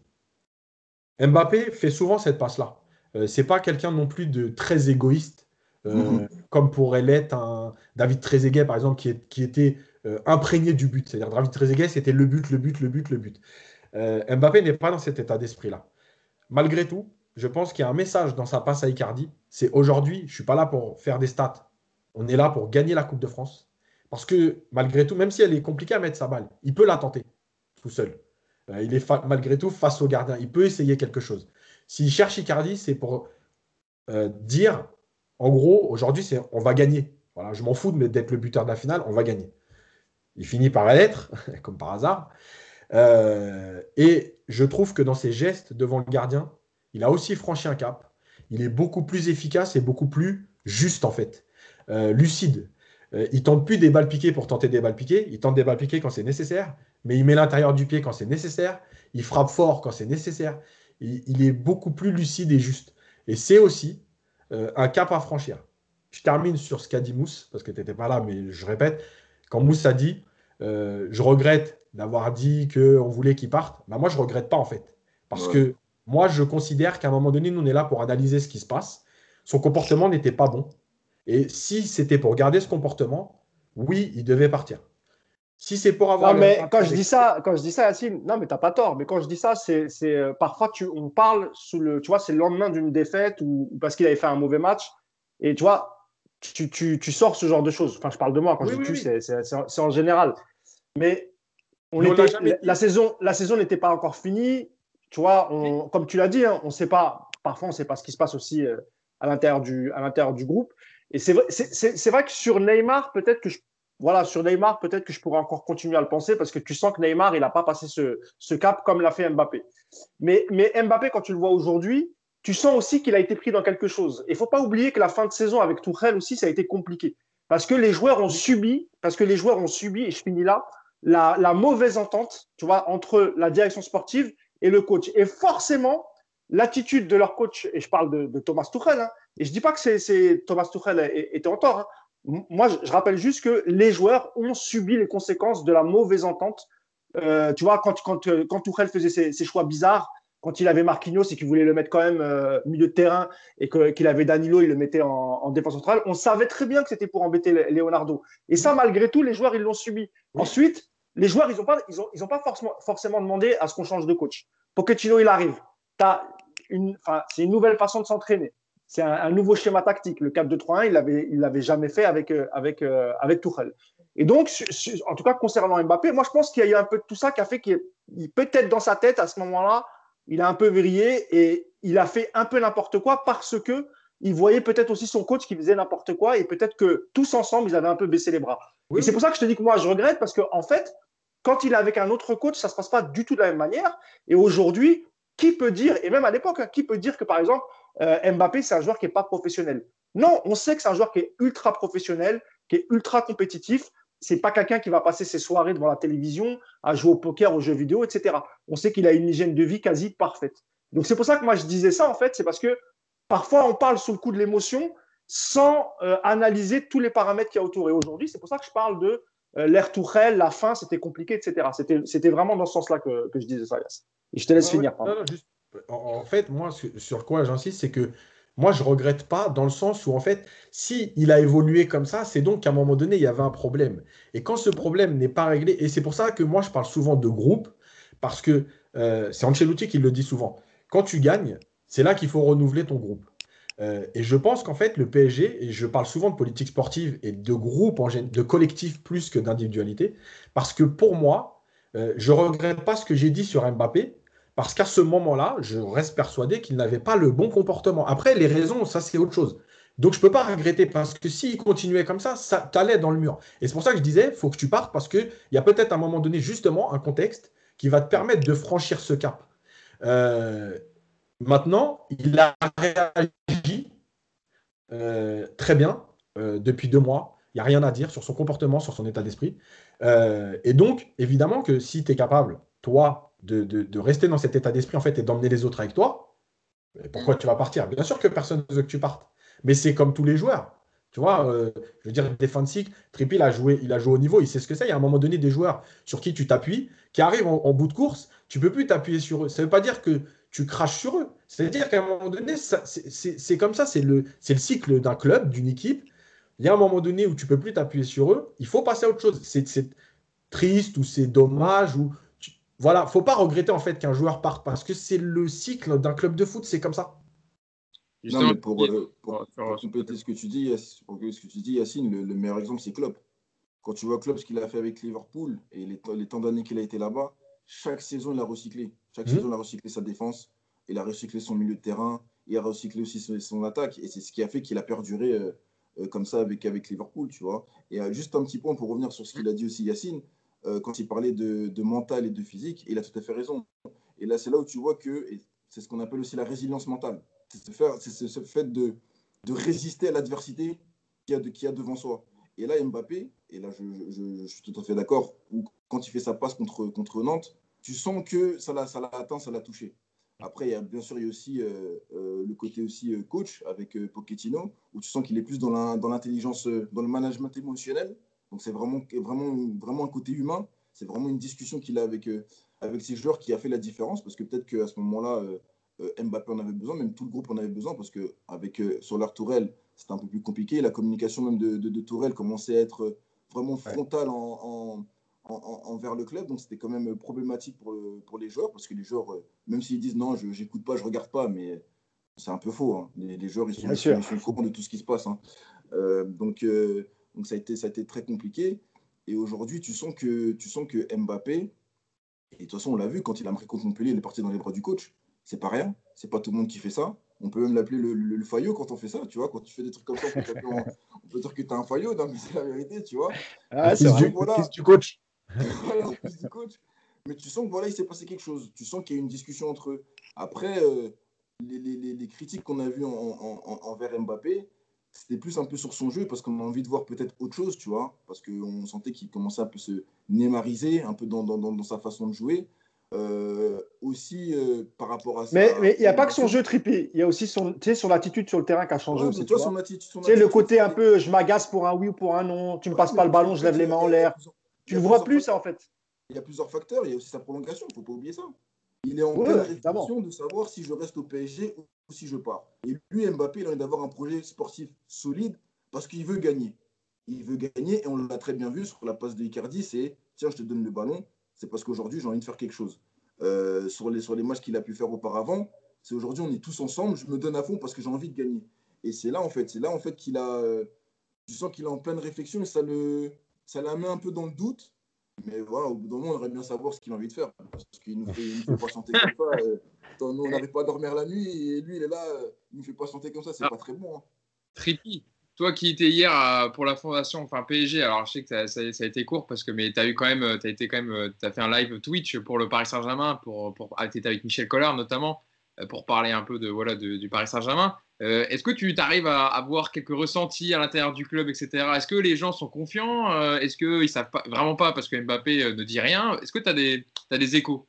Speaker 3: Mbappé fait souvent cette passe-là. Euh, c'est pas quelqu'un non plus de très égoïste, euh, mm-hmm. comme pourrait l'être un David Trezeguet, par exemple, qui, est, qui était euh, imprégné du but. C'est-à-dire David Trezeguet, c'était le but, le but, le but, le but. Euh, Mbappé n'est pas dans cet état d'esprit-là. Malgré tout, je pense qu'il y a un message dans sa passe à Icardi. C'est aujourd'hui, je ne suis pas là pour faire des stats. On est là pour gagner la Coupe de France. Parce que malgré tout, même si elle est compliquée à mettre sa balle, il peut la tenter tout seul. Euh, il est fa- malgré tout face au gardien. Il peut essayer quelque chose. S'il cherche Icardi, c'est pour euh, dire, en gros, aujourd'hui, c'est on va gagner. Voilà, je m'en fous de, d'être le buteur de la finale, on va gagner. Il finit par l'être, comme par hasard. Euh, et je trouve que dans ses gestes devant le gardien, il a aussi franchi un cap. Il est beaucoup plus efficace et beaucoup plus juste, en fait. Euh, lucide. Euh, il ne tente plus des balles piquées pour tenter des balles piquées. Il tente des balles piquées quand c'est nécessaire, mais il met l'intérieur du pied quand c'est nécessaire. Il frappe fort quand c'est nécessaire. Il, il est beaucoup plus lucide et juste. Et c'est aussi euh, un cap à franchir. Je termine sur ce qu'a dit Mousse, parce que tu n'étais pas là, mais je répète. Quand Mousse a dit euh, « Je regrette d'avoir dit qu'on voulait qu'il parte bah, », moi, je ne regrette pas, en fait. Parce ouais. que moi, je considère qu'à un moment donné, nous, on est là pour analyser ce qui se passe. Son comportement n'était pas bon. Et si c'était pour garder ce comportement, oui, il devait partir. Si c'est pour avoir.
Speaker 2: Non, mais quand je dis ça, quand je dis ça, Yacine, non, mais t'as pas tort. Mais quand je dis ça, c'est, c'est euh, parfois tu, on parle sous le, tu vois, c'est le lendemain d'une défaite ou, ou parce qu'il avait fait un mauvais match. Et tu vois, tu, tu, tu sors ce genre de choses. Enfin, je parle de moi. Quand
Speaker 3: Oui,
Speaker 2: je dis
Speaker 3: oui,
Speaker 2: tu,
Speaker 3: oui.
Speaker 2: c'est, c'est, c'est, en, c'est en général. Mais on
Speaker 3: Mais on l'a
Speaker 2: était,
Speaker 3: jamais
Speaker 2: la,
Speaker 3: dit.
Speaker 2: la saison, la saison n'était pas encore finie. Tu vois, on, comme tu l'as dit, hein, on sait pas. Parfois, on ne sait pas ce qui se passe aussi euh, à l'intérieur du, à l'intérieur du groupe. Et c'est vrai, c'est, c'est, c'est vrai que sur Neymar, peut-être que je voilà, sur Neymar, peut-être que je pourrais encore continuer à le penser parce que tu sens que Neymar, il n'a pas passé ce, ce cap comme l'a fait Mbappé. Mais, mais Mbappé, quand tu le vois aujourd'hui, tu sens aussi qu'il a été pris dans quelque chose. Il ne faut pas oublier que la fin de saison avec Tuchel aussi, ça a été compliqué. Parce que les joueurs ont subi, parce que les joueurs ont subi, et je finis là, la, la mauvaise entente, tu vois, entre la direction sportive et le coach. Et forcément, l'attitude de leur coach, et je parle de, de Thomas Tuchel, hein, et je ne dis pas que c'est, c'est Thomas Tuchel était en tort, hein, moi, je rappelle juste que les joueurs ont subi les conséquences de la mauvaise entente. Euh, tu vois, quand, quand, quand Tuchel faisait ses, ses, choix bizarres, quand il avait Marquinhos et qu'il voulait le mettre quand même euh, milieu de terrain et que, qu'il avait Danilo, il le mettait en, en défense centrale, on savait très bien que c'était pour embêter Leonardo. Et ça, malgré tout, les joueurs, ils l'ont subi. Oui. Ensuite, les joueurs, ils n'ont pas, ils ont, ils ont pas forcément, forcément demandé à ce qu'on change de coach. Pochettino, il arrive. Une, c'est une nouvelle façon de s'entraîner. C'est un, un nouveau schéma tactique. Le quatre deux trois un, il l'avait, il l'avait jamais fait avec, avec, euh, avec Tuchel. Et donc, en tout cas, concernant Mbappé, moi, je pense qu'il y a eu un peu de tout ça qui a fait qu'il peut-être dans sa tête, à ce moment-là, il a un peu vrillé et il a fait un peu n'importe quoi parce que il voyait peut-être aussi son coach qui faisait n'importe quoi et peut-être que tous ensemble, ils avaient un peu baissé les bras. Oui, et c'est oui. pour ça que je te dis que moi, je regrette parce qu'en en fait, quand il est avec un autre coach, ça ne se passe pas du tout de la même manière. Et aujourd'hui, qui peut dire, et même à l'époque, hein, qui peut dire que par exemple, euh, Mbappé, c'est un joueur qui n'est pas professionnel? Non, on sait que c'est un joueur qui est ultra professionnel, qui est ultra compétitif. C'est pas quelqu'un qui va passer ses soirées devant la télévision à jouer au poker, aux jeux vidéo, et cetera. On sait qu'il a une hygiène de vie quasi parfaite. Donc c'est pour ça que moi je disais ça en fait, c'est parce que parfois on parle sous le coup de l'émotion sans euh, analyser tous les paramètres qu'il y a autour. Et aujourd'hui, c'est pour ça que je parle de euh, l'ère Tuchel, la fin, c'était compliqué, et cetera. C'était, c'était vraiment dans ce sens-là que, que je disais ça, Yass. Et je te laisse
Speaker 3: ouais,
Speaker 2: finir.
Speaker 3: Ouais, non, non, juste, en, en fait, moi, sur, sur quoi j'insiste, c'est que moi, je ne regrette pas dans le sens où, en fait, si il a évolué comme ça, c'est donc qu'à un moment donné, il y avait un problème. Et quand ce problème n'est pas réglé, et c'est pour ça que moi, je parle souvent de groupe, parce que euh, c'est Ancelotti qui le dit souvent. Quand tu gagnes, c'est là qu'il faut renouveler ton groupe. Euh, et je pense qu'en fait, le P S G, et je parle souvent de politique sportive et de groupe, en gén- de collectif plus que d'individualité, parce que pour moi, euh, je ne regrette pas ce que j'ai dit sur Mbappé, parce qu'à ce moment-là, je reste persuadé qu'il n'avait pas le bon comportement. Après, les raisons, ça, c'est autre chose. Donc, je ne peux pas regretter, parce que s'il continuait comme ça, ça t'allait dans le mur. Et c'est pour ça que je disais, il faut que tu partes, parce qu'il y a peut-être à un moment donné, justement, un contexte qui va te permettre de franchir ce cap. Euh, Maintenant, il a réagi euh, très bien euh, depuis deux mois. Il n'y a rien à dire sur son comportement, sur son état d'esprit. Euh, et donc, évidemment que si tu es capable, toi, de, de, de rester dans cet état d'esprit en fait, et d'emmener les autres avec toi, pourquoi tu vas partir? Bien sûr que personne ne veut que tu partes. Mais c'est comme tous les joueurs. Tu vois, euh, je veux dire, défensif, Trippier, il a joué, il a joué au niveau, il sait ce que c'est. Il y a un moment donné des joueurs sur qui tu t'appuies, qui arrivent en, en bout de course, tu ne peux plus t'appuyer sur eux. Ça ne veut pas dire que tu craches sur eux. C'est-à-dire qu'à un moment donné, ça, c'est, c'est, c'est comme ça, c'est le, c'est le cycle d'un club, d'une équipe. Il y a un moment donné où tu ne peux plus t'appuyer sur eux, il faut passer à autre chose. C'est, c'est triste ou c'est dommage. Ou tu... Voilà, il ne faut pas regretter en fait qu'un joueur parte parce que c'est le cycle d'un club de foot, c'est comme ça.
Speaker 4: Justement, non, mais pour, euh, pour, pour compléter ce que tu dis, pour ce que tu dis, Yacine, le, le meilleur exemple, c'est Klopp. Quand tu vois Klopp, ce qu'il a fait avec Liverpool et les, les temps d'années qu'il a été là-bas, chaque saison, il a recyclé. Chaque mmh. saison, il a recyclé sa défense, il a recyclé son milieu de terrain, il a recyclé aussi son, son attaque. Et c'est ce qui a fait qu'il a perduré euh, euh, comme ça avec, avec Liverpool, tu vois. Et euh, juste un petit point pour revenir sur ce qu'il a dit aussi, Yacine, euh, quand il parlait de, de mental et de physique, il a tout à fait raison. Et là, c'est là où tu vois que, et c'est ce qu'on appelle aussi la résilience mentale. C'est ce, faire, c'est ce fait de, de résister à l'adversité qu'il y a, de, qu'il y a devant soi. Et là, Mbappé, et là, je, je, je suis tout à fait d'accord, quand il fait sa passe contre, contre Nantes, tu sens que ça l'a, ça l'a atteint, ça l'a touché. Après, il y a, bien sûr, il y a aussi euh, euh, le côté aussi euh, coach avec euh, Pochettino, où tu sens qu'il est plus dans, la, dans l'intelligence, euh, dans le management émotionnel. Donc, c'est vraiment, vraiment, vraiment un côté humain. C'est vraiment une discussion qu'il a avec, euh, avec ses joueurs qui a fait la différence, parce que peut-être qu'à ce moment-là, euh, euh, Mbappé en avait besoin, même tout le groupe en avait besoin, parce qu'avec euh, sur leur Tourelle, c'était un peu plus compliqué. La communication même de, de, de Tourelle commençait à être vraiment frontale en, en, en, en, envers le club. Donc, c'était quand même problématique pour, pour les joueurs, parce que les joueurs, même s'ils disent non, je n'écoute pas, je ne regarde pas, mais c'est un peu faux. Hein. Les, les joueurs, ils sont, ils sont, ils sont au courant de tout ce qui se passe. Hein. Euh, donc, euh, donc ça, a été, ça a été très compliqué. Et aujourd'hui, tu sens que, tu sens que Mbappé, et de toute façon, on l'a vu, quand il a marqué contre Montpellier, il est parti dans les bras du coach. C'est pas rien. C'est pas tout le monde qui fait ça. On peut même l'appeler le, le, le faillot quand on fait ça, tu vois. Quand tu fais des trucs comme ça, on peut, en, on peut dire que tu as un faillot. Non, mais c'est la vérité, tu vois.
Speaker 3: Ah, c'est du, voilà, fils du coach.
Speaker 4: Voilà, le fils du coach. Mais tu sens que voilà, il s'est passé quelque chose. Tu sens qu'il y a une discussion entre eux. Après, euh, les, les, les critiques qu'on a vues en, en, en, envers Mbappé, c'était plus un peu sur son jeu parce qu'on a envie de voir peut-être autre chose, tu vois. Parce qu'on sentait qu'il commençait à un peu se némariser, un peu dans, dans, dans, dans sa façon de jouer. Euh, aussi euh, par rapport à ça.
Speaker 2: Mais il n'y a pas que son jeu trippé, il y a aussi son, son attitude sur le terrain qui a changé
Speaker 4: ouais,
Speaker 2: aussi.
Speaker 4: Toi,
Speaker 2: tu
Speaker 4: son attitude, son
Speaker 2: attitude, le côté un peu je m'agace pour un oui ou pour un non, tu ne
Speaker 4: ouais,
Speaker 2: me passes pas le ballon, je lève les mains en l'air. Tu ne le vois plus, ça en fait.
Speaker 4: Il y a plusieurs facteurs, il y a aussi sa prolongation, il ne faut pas oublier ça. Il est en
Speaker 2: ouais,
Speaker 4: pleine
Speaker 2: évidemment.
Speaker 4: réflexion de savoir si je reste au P S G ou si je pars. Et lui, Mbappé, il a envie d'avoir un projet sportif solide parce qu'il veut gagner. Il veut gagner et on l'a très bien vu sur la passe de Icardi, c'est tiens, je te donne le ballon, c'est parce qu'aujourd'hui, j'ai envie de faire quelque chose. Euh, sur, les, sur les matchs qu'il a pu faire auparavant, c'est aujourd'hui, on est tous ensemble, je me donne à fond parce que j'ai envie de gagner. Et c'est là, en fait, c'est là, en fait, qu'il a. Euh, tu sens qu'il est en pleine réflexion et ça, le, ça la met un peu dans le doute. Mais voilà, au bout d'un moment, on aimerait bien savoir ce qu'il a envie de faire. Parce qu'il nous fait, il nous fait patienter comme ça. Euh, nous, on n'arrive pas à dormir la nuit et lui, il est là, euh, il nous fait patienter comme ça. C'est ah. pas très bon. Hein.
Speaker 1: Trippi, toi qui étais hier à, pour la fondation, enfin P S G, alors je sais que ça, ça, ça a été court parce que mais tu as eu quand même, tu as été quand même, tu as fait un live Twitch pour le Paris Saint-Germain, pour, pour, tu étais avec Michel Collard notamment, pour parler un peu de, voilà, de, du Paris Saint-Germain. Euh, est-ce que tu arrives à avoir quelques ressentis à l'intérieur du club, et cetera. Est-ce que les gens sont confiants? euh, Est-ce qu'ils ne savent pas, vraiment pas parce que Mbappé euh, ne dit rien? Est-ce que tu as des, t'as des échos?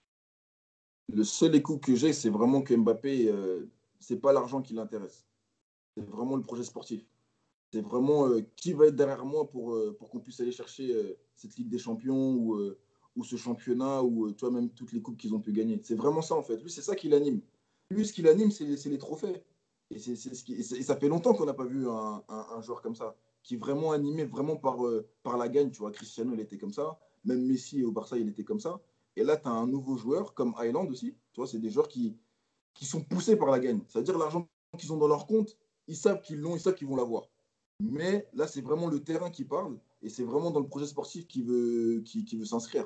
Speaker 4: Le seul écho que j'ai, c'est vraiment que Mbappé, euh, ce n'est pas l'argent qui l'intéresse. C'est vraiment le projet sportif. C'est vraiment euh, qui va être derrière moi pour, euh, pour qu'on puisse aller chercher euh, cette Ligue des Champions ou, euh, ou ce championnat ou euh, toi-même toutes les coupes qu'ils ont pu gagner. C'est vraiment ça en fait. Lui, c'est ça qui l'anime. Lui, ce qui l'anime, c'est les, c'est les trophées. Et, c'est, c'est ce qui, et, et ça fait longtemps qu'on n'a pas vu un, un, un joueur comme ça, qui est vraiment animé vraiment par, euh, par la gagne. Tu vois, Cristiano, il était comme ça. Même Messi au Barça, il était comme ça. Et là, tu as un nouveau joueur comme Haaland aussi. Tu vois, c'est des joueurs qui, qui sont poussés par la gagne. Ça veut dire l'argent qu'ils ont dans leur compte, ils savent qu'ils l'ont, ils savent qu'ils vont l'avoir. Mais là, c'est vraiment le terrain qui parle et c'est vraiment dans le projet sportif qui veut, qui, qui veut s'inscrire.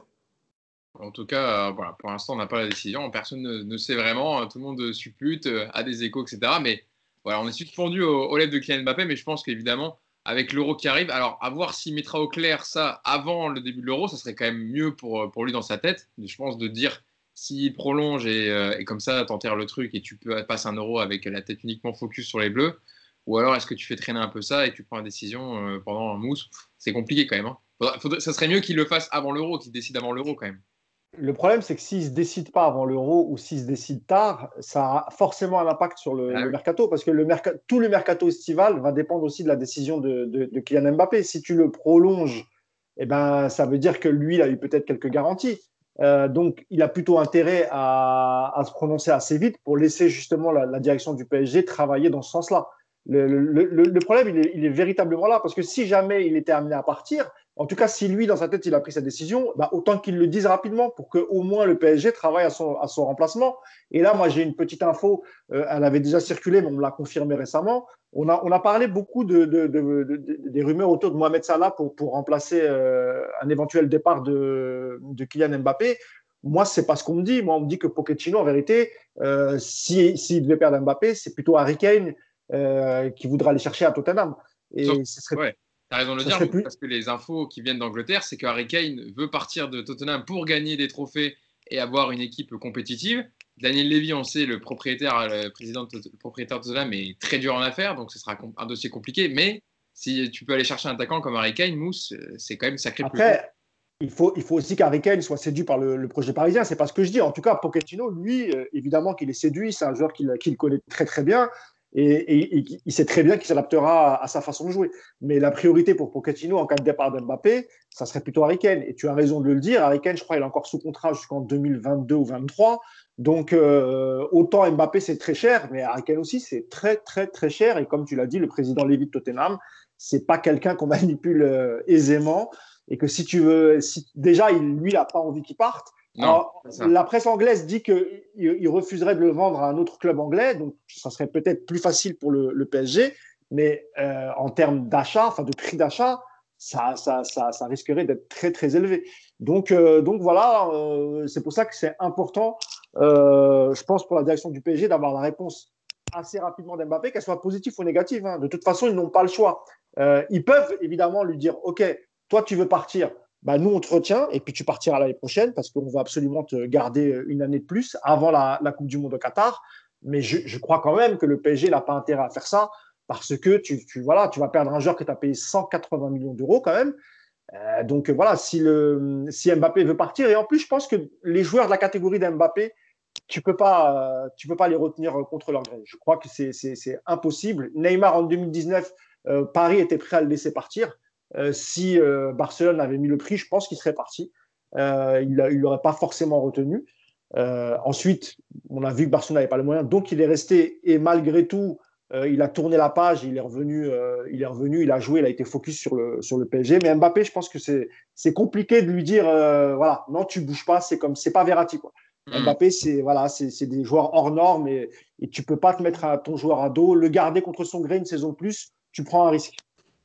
Speaker 1: En tout cas, euh, voilà, pour l'instant, on n'a pas la décision. Personne ne, ne sait vraiment. Tout le monde suppute, euh, a des échos, et cetera. Mais voilà, on est suspendu au, au lèvres de Kylian Mbappé. Mais je pense qu'évidemment, avec l'Euro qui arrive, alors à voir s'il mettra au clair ça avant le début de l'Euro, ça serait quand même mieux pour, pour lui dans sa tête. Je pense de dire s'il prolonge et, euh, et comme ça, t'enterres le truc et tu peux passer un Euro avec la tête uniquement focus sur les Bleus. Ou alors, est-ce que tu fais traîner un peu ça et tu prends une décision euh, pendant un mousse? C'est compliqué quand même. Hein. Faudrait, faudrait, ça serait mieux qu'il le fasse avant l'Euro, qu'il décide avant l'Euro quand même.
Speaker 2: Le problème, c'est que s'il ne se décide pas avant l'Euro ou s'il se décide tard, ça a forcément un impact sur le, ah, le oui. mercato, parce que le merca- tout le mercato estival va dépendre aussi de la décision de, de, de Kylian Mbappé. Si tu le prolonges, eh ben, ça veut dire que lui, il a eu peut-être quelques garanties. Euh, donc, il a plutôt intérêt à, à se prononcer assez vite pour laisser justement la, la direction du P S G travailler dans ce sens-là. Le, le, le, le problème, il est, il est véritablement là, parce que si jamais il était amené à partir, en tout cas, si lui, dans sa tête, il a pris sa décision, bah, autant qu'il le dise rapidement pour qu'au moins le P S G travaille à son, à son remplacement. Et là, moi, j'ai une petite info, euh, elle avait déjà circulé, mais on me l'a confirmé récemment. On a, on a parlé beaucoup de, de, de, de, de, des rumeurs autour de Mohamed Salah pour, pour remplacer euh, un éventuel départ de, de Kylian Mbappé. Moi, ce n'est pas ce qu'on me dit. Moi, on me dit que Pochettino, en vérité, euh, s'il si, si devait perdre Mbappé, c'est plutôt Harry Kane euh, qui voudra aller chercher à Tottenham. Et
Speaker 1: Sauf,
Speaker 2: ce serait...
Speaker 1: ouais. Tu as raison de le dire, plus... parce que les infos qui viennent d'Angleterre, c'est que Harry Kane veut partir de Tottenham pour gagner des trophées et avoir une équipe compétitive. Daniel Levy, on sait, le propriétaire, le président de, le propriétaire de Tottenham est très dur en affaires, donc ce sera un dossier compliqué. Mais si tu peux aller chercher un attaquant comme Harry Kane, Mousse, c'est quand même sacré.
Speaker 2: Après, il faut, il faut aussi qu'Harry Kane soit séduit par le, le projet parisien. C'est pas ce que je dis. En tout cas, Pochettino, lui, euh, évidemment qu'il est séduit. C'est un joueur qu'il qu'il connaît très très bien. Et, et, et il sait très bien qu'il s'adaptera à, à sa façon de jouer. Mais la priorité pour Pochettino en cas de départ d'Mbappé, ça serait plutôt Harry Kane. Et tu as raison de le dire, Harry Kane, je crois, il est encore sous contrat jusqu'en deux mille vingt-deux ou deux mille vingt-trois. Donc, euh, autant Mbappé, c'est très cher, mais Harry Kane aussi, c'est très, très, très cher. Et comme tu l'as dit, le président Levy de Tottenham, c'est pas quelqu'un qu'on manipule euh, aisément et que si tu veux, si, déjà, il, lui, il n'a pas envie qu'il parte.
Speaker 1: Non,
Speaker 2: Alors,
Speaker 1: c'est ça.
Speaker 2: la presse anglaise dit qu'il il refuserait de le vendre à un autre club anglais, donc ça serait peut-être plus facile pour le, le P S G, mais euh, en termes d'achat, enfin de prix d'achat, ça, ça, ça, ça risquerait d'être très très élevé. Donc, euh, donc voilà, euh, c'est pour ça que c'est important, euh, je pense, pour la direction du P S G d'avoir la réponse assez rapidement d'Mbappé, qu'elle soit positive ou négative. Hein. De toute façon, ils n'ont pas le choix. Euh, ils peuvent évidemment lui dire, OK, toi tu veux partir, bah, nous on te retient et puis tu partiras l'année prochaine parce qu'on va absolument te garder une année de plus avant la, la Coupe du Monde au Qatar. Mais je, je crois quand même que le P S G n'a pas intérêt à faire ça parce que tu, tu, voilà, tu vas perdre un joueur que tu as payé cent quatre-vingts millions d'euros quand même. Euh, donc voilà, si, le, si Mbappé veut partir, et en plus je pense que les joueurs de la catégorie d'Mbappé, tu peux pas, euh, tu peux pas les retenir contre leur gré. Je crois que c'est, c'est, c'est impossible. Neymar en deux mille dix-neuf, euh, Paris était prêt à le laisser partir. Euh, si euh, Barcelone avait mis le prix, je pense qu'il serait parti. Euh, il ne l'aurait pas forcément retenu. Euh, ensuite, on a vu que Barcelone n'avait pas les moyens, donc il est resté. Et malgré tout, euh, il a tourné la page, il est revenu, euh, il est revenu, il a joué, il a été focus sur le, sur le P S G. Mais Mbappé, je pense que c'est, c'est compliqué de lui dire, euh, voilà, non, tu bouges pas, c'est comme, c'est pas Verratti, quoi.
Speaker 1: Mm.
Speaker 2: Mbappé, c'est voilà, c'est, c'est des joueurs hors normes et, et tu peux pas te mettre à ton joueur à dos, le garder contre son gré une saison de plus, tu prends un risque.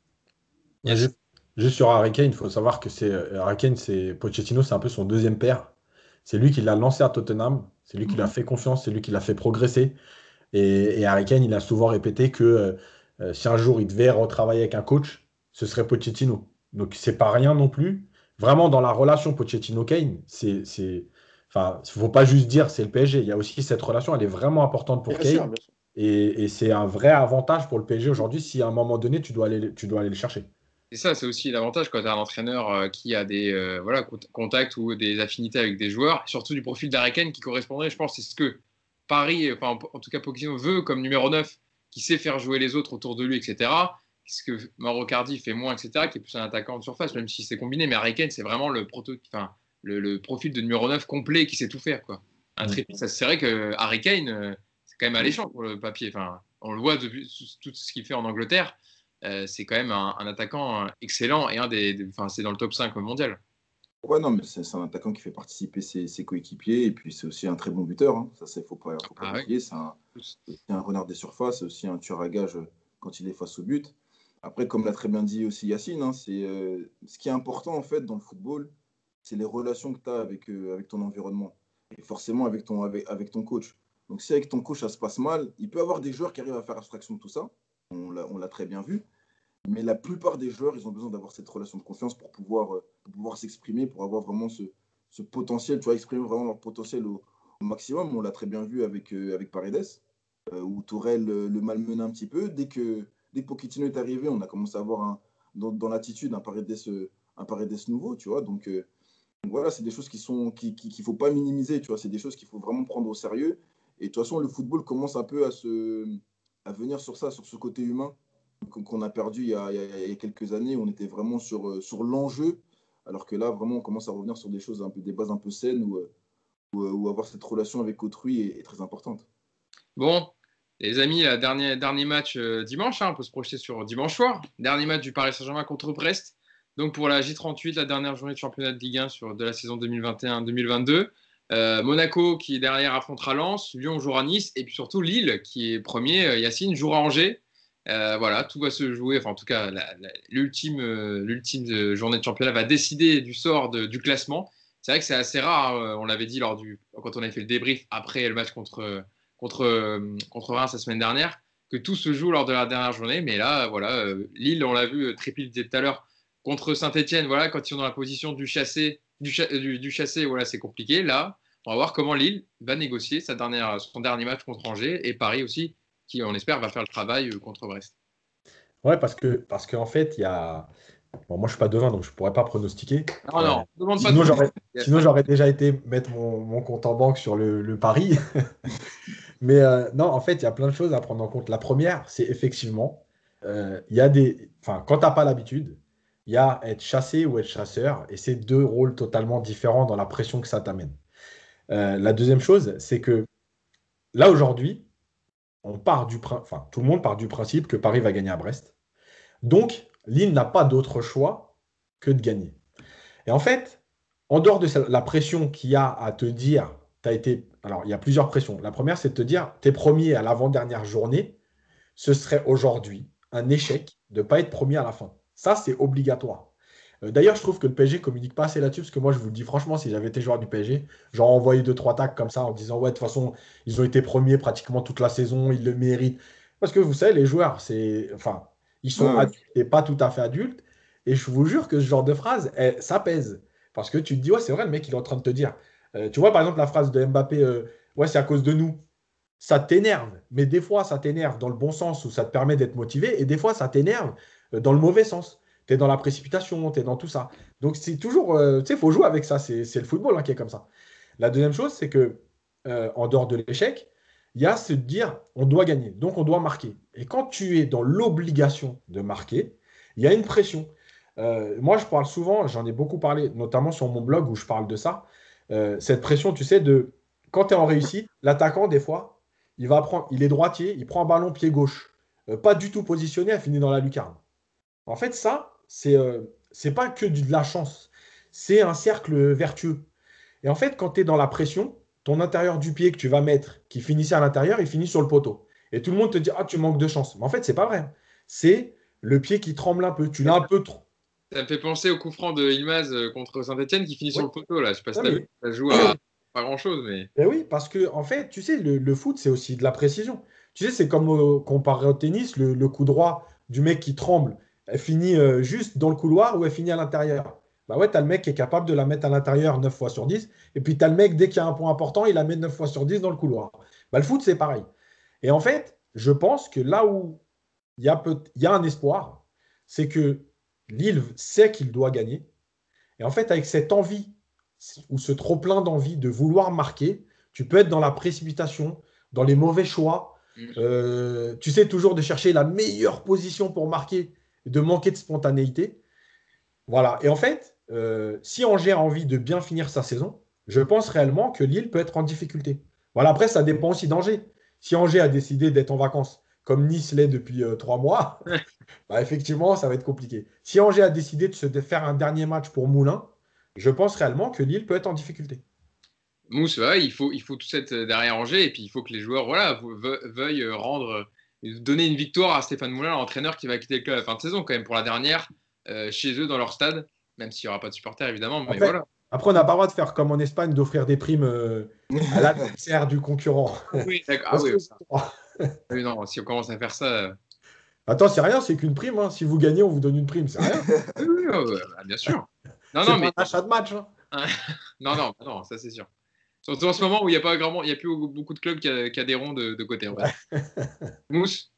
Speaker 1: Yes.
Speaker 3: Juste, juste sur Harry Kane, il faut savoir que c'est Harry Kane, c'est Pochettino, c'est un peu son deuxième père. C'est lui qui l'a lancé à Tottenham, c'est lui qui l'a fait confiance, c'est lui qui l'a fait progresser. Et, et Harry Kane, il a souvent répété que euh, si un jour il devait retravailler avec un coach, ce serait Pochettino. Donc c'est pas rien non plus. Vraiment dans la relation Pochettino-Kane, c'est, c'est, enfin, faut pas juste dire c'est le P S G. Il y a aussi cette relation, elle est vraiment importante pour
Speaker 2: Bien sûr,
Speaker 3: Kane.
Speaker 2: bien sûr.
Speaker 3: Et, et c'est un vrai avantage pour le P S G aujourd'hui si à un moment donné tu dois aller, tu dois aller le chercher.
Speaker 1: Et ça, c'est aussi l'avantage quand tu as un entraîneur euh, qui a des euh, voilà, cont- contacts ou des affinités avec des joueurs, surtout du profil d'Harry Kane qui correspondrait, je pense, c'est ce que Paris, enfin, en, en tout cas Pochettino veut comme numéro neuf, qui sait faire jouer les autres autour de lui, et cetera. Ce que Mauro Cardi fait moins, et cetera, qui est plus un attaquant de surface, même si c'est combiné. Mais Harry Kane, c'est vraiment le, proto, enfin, le, le profil de numéro neuf complet qui sait tout faire, quoi. Un
Speaker 3: Mm.
Speaker 1: trépied, ça, c'est vrai que Harry Kane, euh, c'est quand même alléchant pour le papier. Enfin, on le voit depuis tout ce qu'il fait en Angleterre. Euh, c'est quand même un, un attaquant excellent et un des, des enfin, c'est dans le top cinq mondial.
Speaker 4: Ouais, non, mais c'est c'est un attaquant qui fait participer ses, ses coéquipiers et puis c'est aussi un très bon buteur. Hein. Ça, il ne faut pas, faut pas
Speaker 1: Ah
Speaker 4: l'oublier.
Speaker 1: ouais.
Speaker 4: C'est un, c'est un renard des surfaces, c'est aussi un tueur à gage quand il est face au but. Après, comme l'a très bien dit aussi Yacine, hein, c'est, euh, ce qui est important en fait dans le football, c'est les relations que tu as avec, euh, avec ton environnement et forcément avec ton, avec, avec ton coach. Donc, si avec ton coach ça se passe mal, il peut y avoir des joueurs qui arrivent à faire abstraction de tout ça. On l'a, on l'a très bien vu. Mais la plupart des joueurs, ils ont besoin d'avoir cette relation de confiance pour pouvoir, euh, pour pouvoir s'exprimer, pour avoir vraiment ce, ce potentiel, tu vois, exprimer vraiment leur potentiel au, au maximum. On l'a très bien vu avec, euh, avec Paredes, euh, où Tourelle euh, le malmenait un petit peu. Dès que, dès que Pochettino est arrivé, on a commencé à avoir un, dans, dans l'attitude un Paredes, euh, un Paredes nouveau, tu vois. Donc, euh, donc voilà, c'est des choses qui sont, qui, qui, qu'il ne faut pas minimiser, tu vois. C'est des choses qu'il faut vraiment prendre au sérieux. Et de toute façon, le football commence un peu à, se, à venir sur ça, sur ce côté humain qu'on a perdu il y a, il, y a, il y a quelques années. On était vraiment sur, sur l'enjeu, alors que là, vraiment, on commence à revenir sur des choses, un peu, des bases un peu saines où, où, où avoir cette relation avec autrui est, est très importante.
Speaker 1: Bon, les amis, la dernier, dernier match euh, dimanche, hein, on peut se projeter sur dimanche soir. Dernier match du Paris Saint-Germain contre Brest. Donc pour la J trente-huit, la dernière journée de championnat de Ligue un sur, de la saison deux mille vingt et un deux mille vingt-deux. Euh, Monaco qui derrière affrontera Lens, Lyon jouera Nice et puis surtout Lille qui est premier, euh, Yacine jouera Angers. Euh, voilà, tout va se jouer, enfin en tout cas la, la, l'ultime, euh, l'ultime journée de championnat va décider du sort de, du classement. C'est vrai que c'est assez rare, euh, on l'avait dit lors du, quand on avait fait le débrief après le match contre, contre, contre Reims la semaine dernière, que tout se joue lors de la dernière journée. Mais là, voilà, euh, Lille, on l'a vu, Trépil disait tout à l'heure, contre Saint-Etienne, voilà, quand ils sont dans la position du chassé, du, cha- du, du chassé, voilà, c'est compliqué. Là, on va voir comment Lille va négocier sa dernière, son dernier match contre Angers et Paris aussi, qui, on espère, va faire le travail contre Brest.
Speaker 3: Ouais, parce que, parce qu'en fait, il y a. Bon, moi, je suis pas devin, donc je pourrais pas pronostiquer.
Speaker 1: Non,
Speaker 3: Euh,
Speaker 1: non, ne demande pas
Speaker 3: sinon,
Speaker 1: tout.
Speaker 3: j'aurais, sinon, j'aurais déjà été mettre mon, mon compte en banque sur le, le pari. Mais euh, non, en fait, il y a plein de choses à prendre en compte. La première, c'est effectivement, euh, il y a des. Enfin, quand tu n'as pas l'habitude, il y a être chassé ou être chasseur, et c'est deux rôles totalement différents dans la pression que ça t'amène. Euh, la deuxième chose, c'est que là, aujourd'hui, on part du prin- enfin, tout le monde part du principe que Paris va gagner à Brest. Donc, Lille n'a pas d'autre choix que de gagner. Et en fait, en dehors de la pression qu'il y a à te dire, tu as été. Alors, il y a plusieurs pressions. La première, c'est de te dire, tu es premier à l'avant-dernière journée, ce serait aujourd'hui un échec de ne pas être premier à la fin. Ça, c'est obligatoire. Euh, D'ailleurs, je trouve que le P S G ne communique pas assez là-dessus, parce que moi, je vous le dis franchement, si j'avais été joueur du P S G, j'aurais envoyé deux, trois tacs comme ça en disant, ouais, de toute façon, ils ont été premiers pratiquement toute la saison, ils le méritent. Parce que vous savez, les joueurs, c'est. Enfin, ils sont
Speaker 4: Ouais, ouais.
Speaker 3: adultes et pas tout à fait adultes. Et je vous jure que ce genre de phrase, elle- ça pèse. Parce que tu te dis, ouais, c'est vrai, le mec, il est en train de te dire. Euh, tu vois, par exemple, la phrase de Mbappé, euh, ouais, c'est à cause de nous. Ça t'énerve, mais des fois, ça t'énerve dans le bon sens où ça te permet d'être motivé, et des fois, ça t'énerve euh, dans le mauvais sens. Tu es dans la précipitation, tu es dans tout ça. Donc, c'est toujours, euh, tu sais, il faut jouer avec ça. C'est c'est le football hein, qui est comme ça. La deuxième chose, c'est que, euh, en dehors de l'échec, il y a se dire, on doit gagner, donc on doit marquer. Et quand tu es dans l'obligation de marquer, il y a une pression. Euh, moi, je parle souvent, j'en ai beaucoup parlé, notamment sur mon blog où je parle de ça. Euh, cette pression, tu sais, de quand tu es en réussite, l'attaquant, des fois, il va prendre, il est droitier, il prend un ballon pied gauche, euh, pas du tout positionné, elle finit dans la lucarne. En fait, ça, c'est euh, c'est pas que de la chance, c'est un cercle vertueux. Et en fait, quand tu es dans la pression, ton intérieur du pied que tu vas mettre, qui finissait à l'intérieur, il finit sur le poteau. Et tout le monde te dit, ah, tu manques de chance. Mais en fait, c'est pas vrai. C'est le pied qui tremble un peu. Tu l'as un peu trop.
Speaker 1: Ça me fait penser au coup franc de Ilmaz euh, contre Saint-Etienne qui finit
Speaker 3: Oui,
Speaker 1: sur le poteau. Là. Je sais pas si
Speaker 3: non,
Speaker 1: tu as vu,
Speaker 3: mais
Speaker 1: ça joue à pas grand-chose. Mais...
Speaker 3: Ben oui, parce que en fait, tu sais, le, le foot, c'est aussi de la précision. Tu sais, c'est comme euh, comparé au tennis, le, le coup droit du mec qui tremble, elle finit euh, juste dans le couloir ou elle finit à l'intérieur. Bah ouais, t'as le mec qui est capable de la mettre à l'intérieur neuf fois sur dix, et puis t'as le mec, dès qu'il y a un point important, il la met neuf fois sur dix dans le couloir. Bah, le foot, c'est pareil. Et en fait, je pense que là où il y a, peut- il y a un espoir, c'est que Lille sait qu'il doit gagner. Et en fait, avec cette envie ou ce trop-plein d'envie de vouloir marquer, tu peux être dans la précipitation, dans les mauvais choix.
Speaker 1: Mm.
Speaker 3: Euh, tu sais toujours de chercher la meilleure position pour marquer, et de manquer de spontanéité. Voilà. Et en fait, euh, si Angers a envie de bien finir sa saison, je pense réellement que Lille peut être en difficulté. Voilà. Après, ça dépend aussi d'Angers. Si Angers a décidé d'être en vacances, comme Nice l'est depuis euh, trois mois, bah, effectivement, ça va être compliqué. Si Angers a décidé de se de faire un dernier match pour Moulins, je pense réellement que Lille peut être en difficulté.
Speaker 1: Mousse, ouais, il faut, il faut tout être derrière Angers et puis il faut que les joueurs voilà, ve- veuillent rendre, euh, donner une victoire à Stéphane Moulin, l'entraîneur qui va quitter le club à la fin de saison, quand même pour la dernière, euh, chez eux dans leur stade, même s'il n'y aura pas de supporters évidemment, mais
Speaker 3: Après,
Speaker 1: voilà.
Speaker 3: après on n'a pas le droit de faire comme en Espagne, d'offrir des primes euh, à l'adversaire du concurrent.
Speaker 1: Oui, d'accord. Ah
Speaker 3: Parce
Speaker 1: oui,
Speaker 3: que c'est droit.
Speaker 1: oui, non, si on commence à faire ça. euh,
Speaker 3: Attends, c'est rien, c'est qu'une prime. Hein. Si vous gagnez, on vous donne une prime. C'est rien.
Speaker 1: Oui, oui, oui, oui, bah, bien sûr. Non,
Speaker 3: C'est
Speaker 1: non,
Speaker 3: pas
Speaker 1: mais
Speaker 3: un achat de match. Hein.
Speaker 1: non, non, non, ça c'est sûr. Surtout en ce moment où il n'y a pas grand, il y a plus beaucoup de clubs qui, a- qui adhéreront de, de côté, on va dire.
Speaker 3: Ouais.
Speaker 1: Mousse,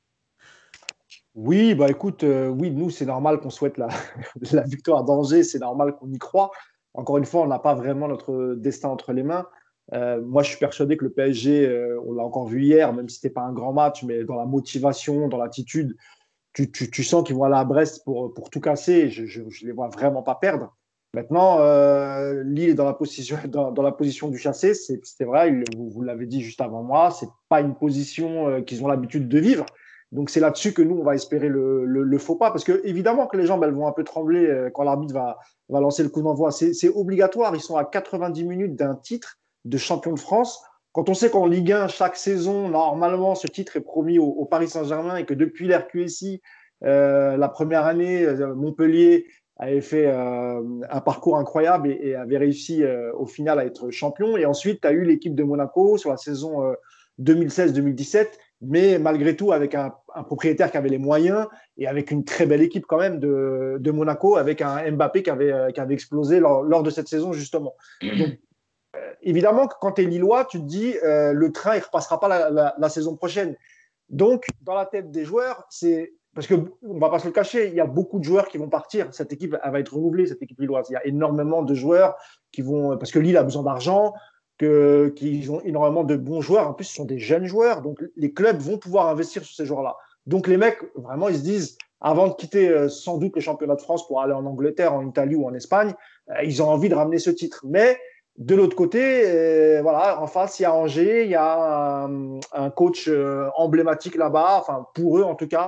Speaker 2: Oui, bah écoute, euh, oui, nous, c'est normal qu'on souhaite la, la victoire d'Angers, c'est normal qu'on y croit. Encore une fois, on n'a pas vraiment notre destin entre les mains. Euh, moi, je suis persuadé que le P S G, euh, on l'a encore vu hier, même si ce n'était pas un grand match, mais dans la motivation, dans l'attitude, tu, tu, tu sens qu'ils vont aller à Brest pour, pour tout casser. Je ne les vois vraiment pas perdre. Maintenant, euh, Lille est dans la position, dans, dans la position du chassé. C'est c'est vrai, il- vous, vous l'avez dit juste avant moi, c'est pas une position euh, qu'ils ont l'habitude de vivre. Donc c'est là-dessus que nous, on va espérer le, le, le faux pas. Parce que évidemment que les jambes, elles vont un peu trembler euh, quand l'arbitre va, va lancer le coup d'envoi. C'est c'est obligatoire. Ils sont à quatre-vingt-dix minutes d'un titre de champion de France. Quand on sait qu'en Ligue un, chaque saison, normalement, ce titre est promis au, au Paris Saint-Germain et que depuis l'R Q S I, euh, la première année, euh, Montpellier avait fait euh, un parcours incroyable et, et avait réussi euh, au final à être champion. Et ensuite, tu as eu l'équipe de Monaco sur la saison euh, deux mille seize deux mille dix-sept, mais malgré tout avec un, un, propriétaire qui avait les moyens et avec une très belle équipe quand même de, de Monaco, avec un Mbappé qui avait, euh, qui avait explosé lors, lors de cette saison justement. Donc, évidemment que quand tu es Lillois, tu te dis euh, le train, il ne repassera pas la, la, la, saison prochaine. Donc, dans la tête des joueurs, c'est. Parce qu'on ne va pas se le cacher, il y a beaucoup de joueurs qui vont partir. Cette équipe, elle va être renouvelée, cette équipe lilloise. Il y a énormément de joueurs qui vont. Parce que Lille a besoin d'argent, que, qu'ils ont énormément de bons joueurs. En plus, ce sont des jeunes joueurs. Donc, les clubs vont pouvoir investir sur ces joueurs-là. Donc, les mecs, vraiment, ils se disent, avant de quitter euh, sans doute le championnat de France pour aller en Angleterre, en Italie ou en Espagne, euh, ils ont envie de ramener ce titre. Mais de l'autre côté, euh, voilà, en face, il y a Angers, il y a un, un coach euh, emblématique là-bas, enfin pour eux en tout cas,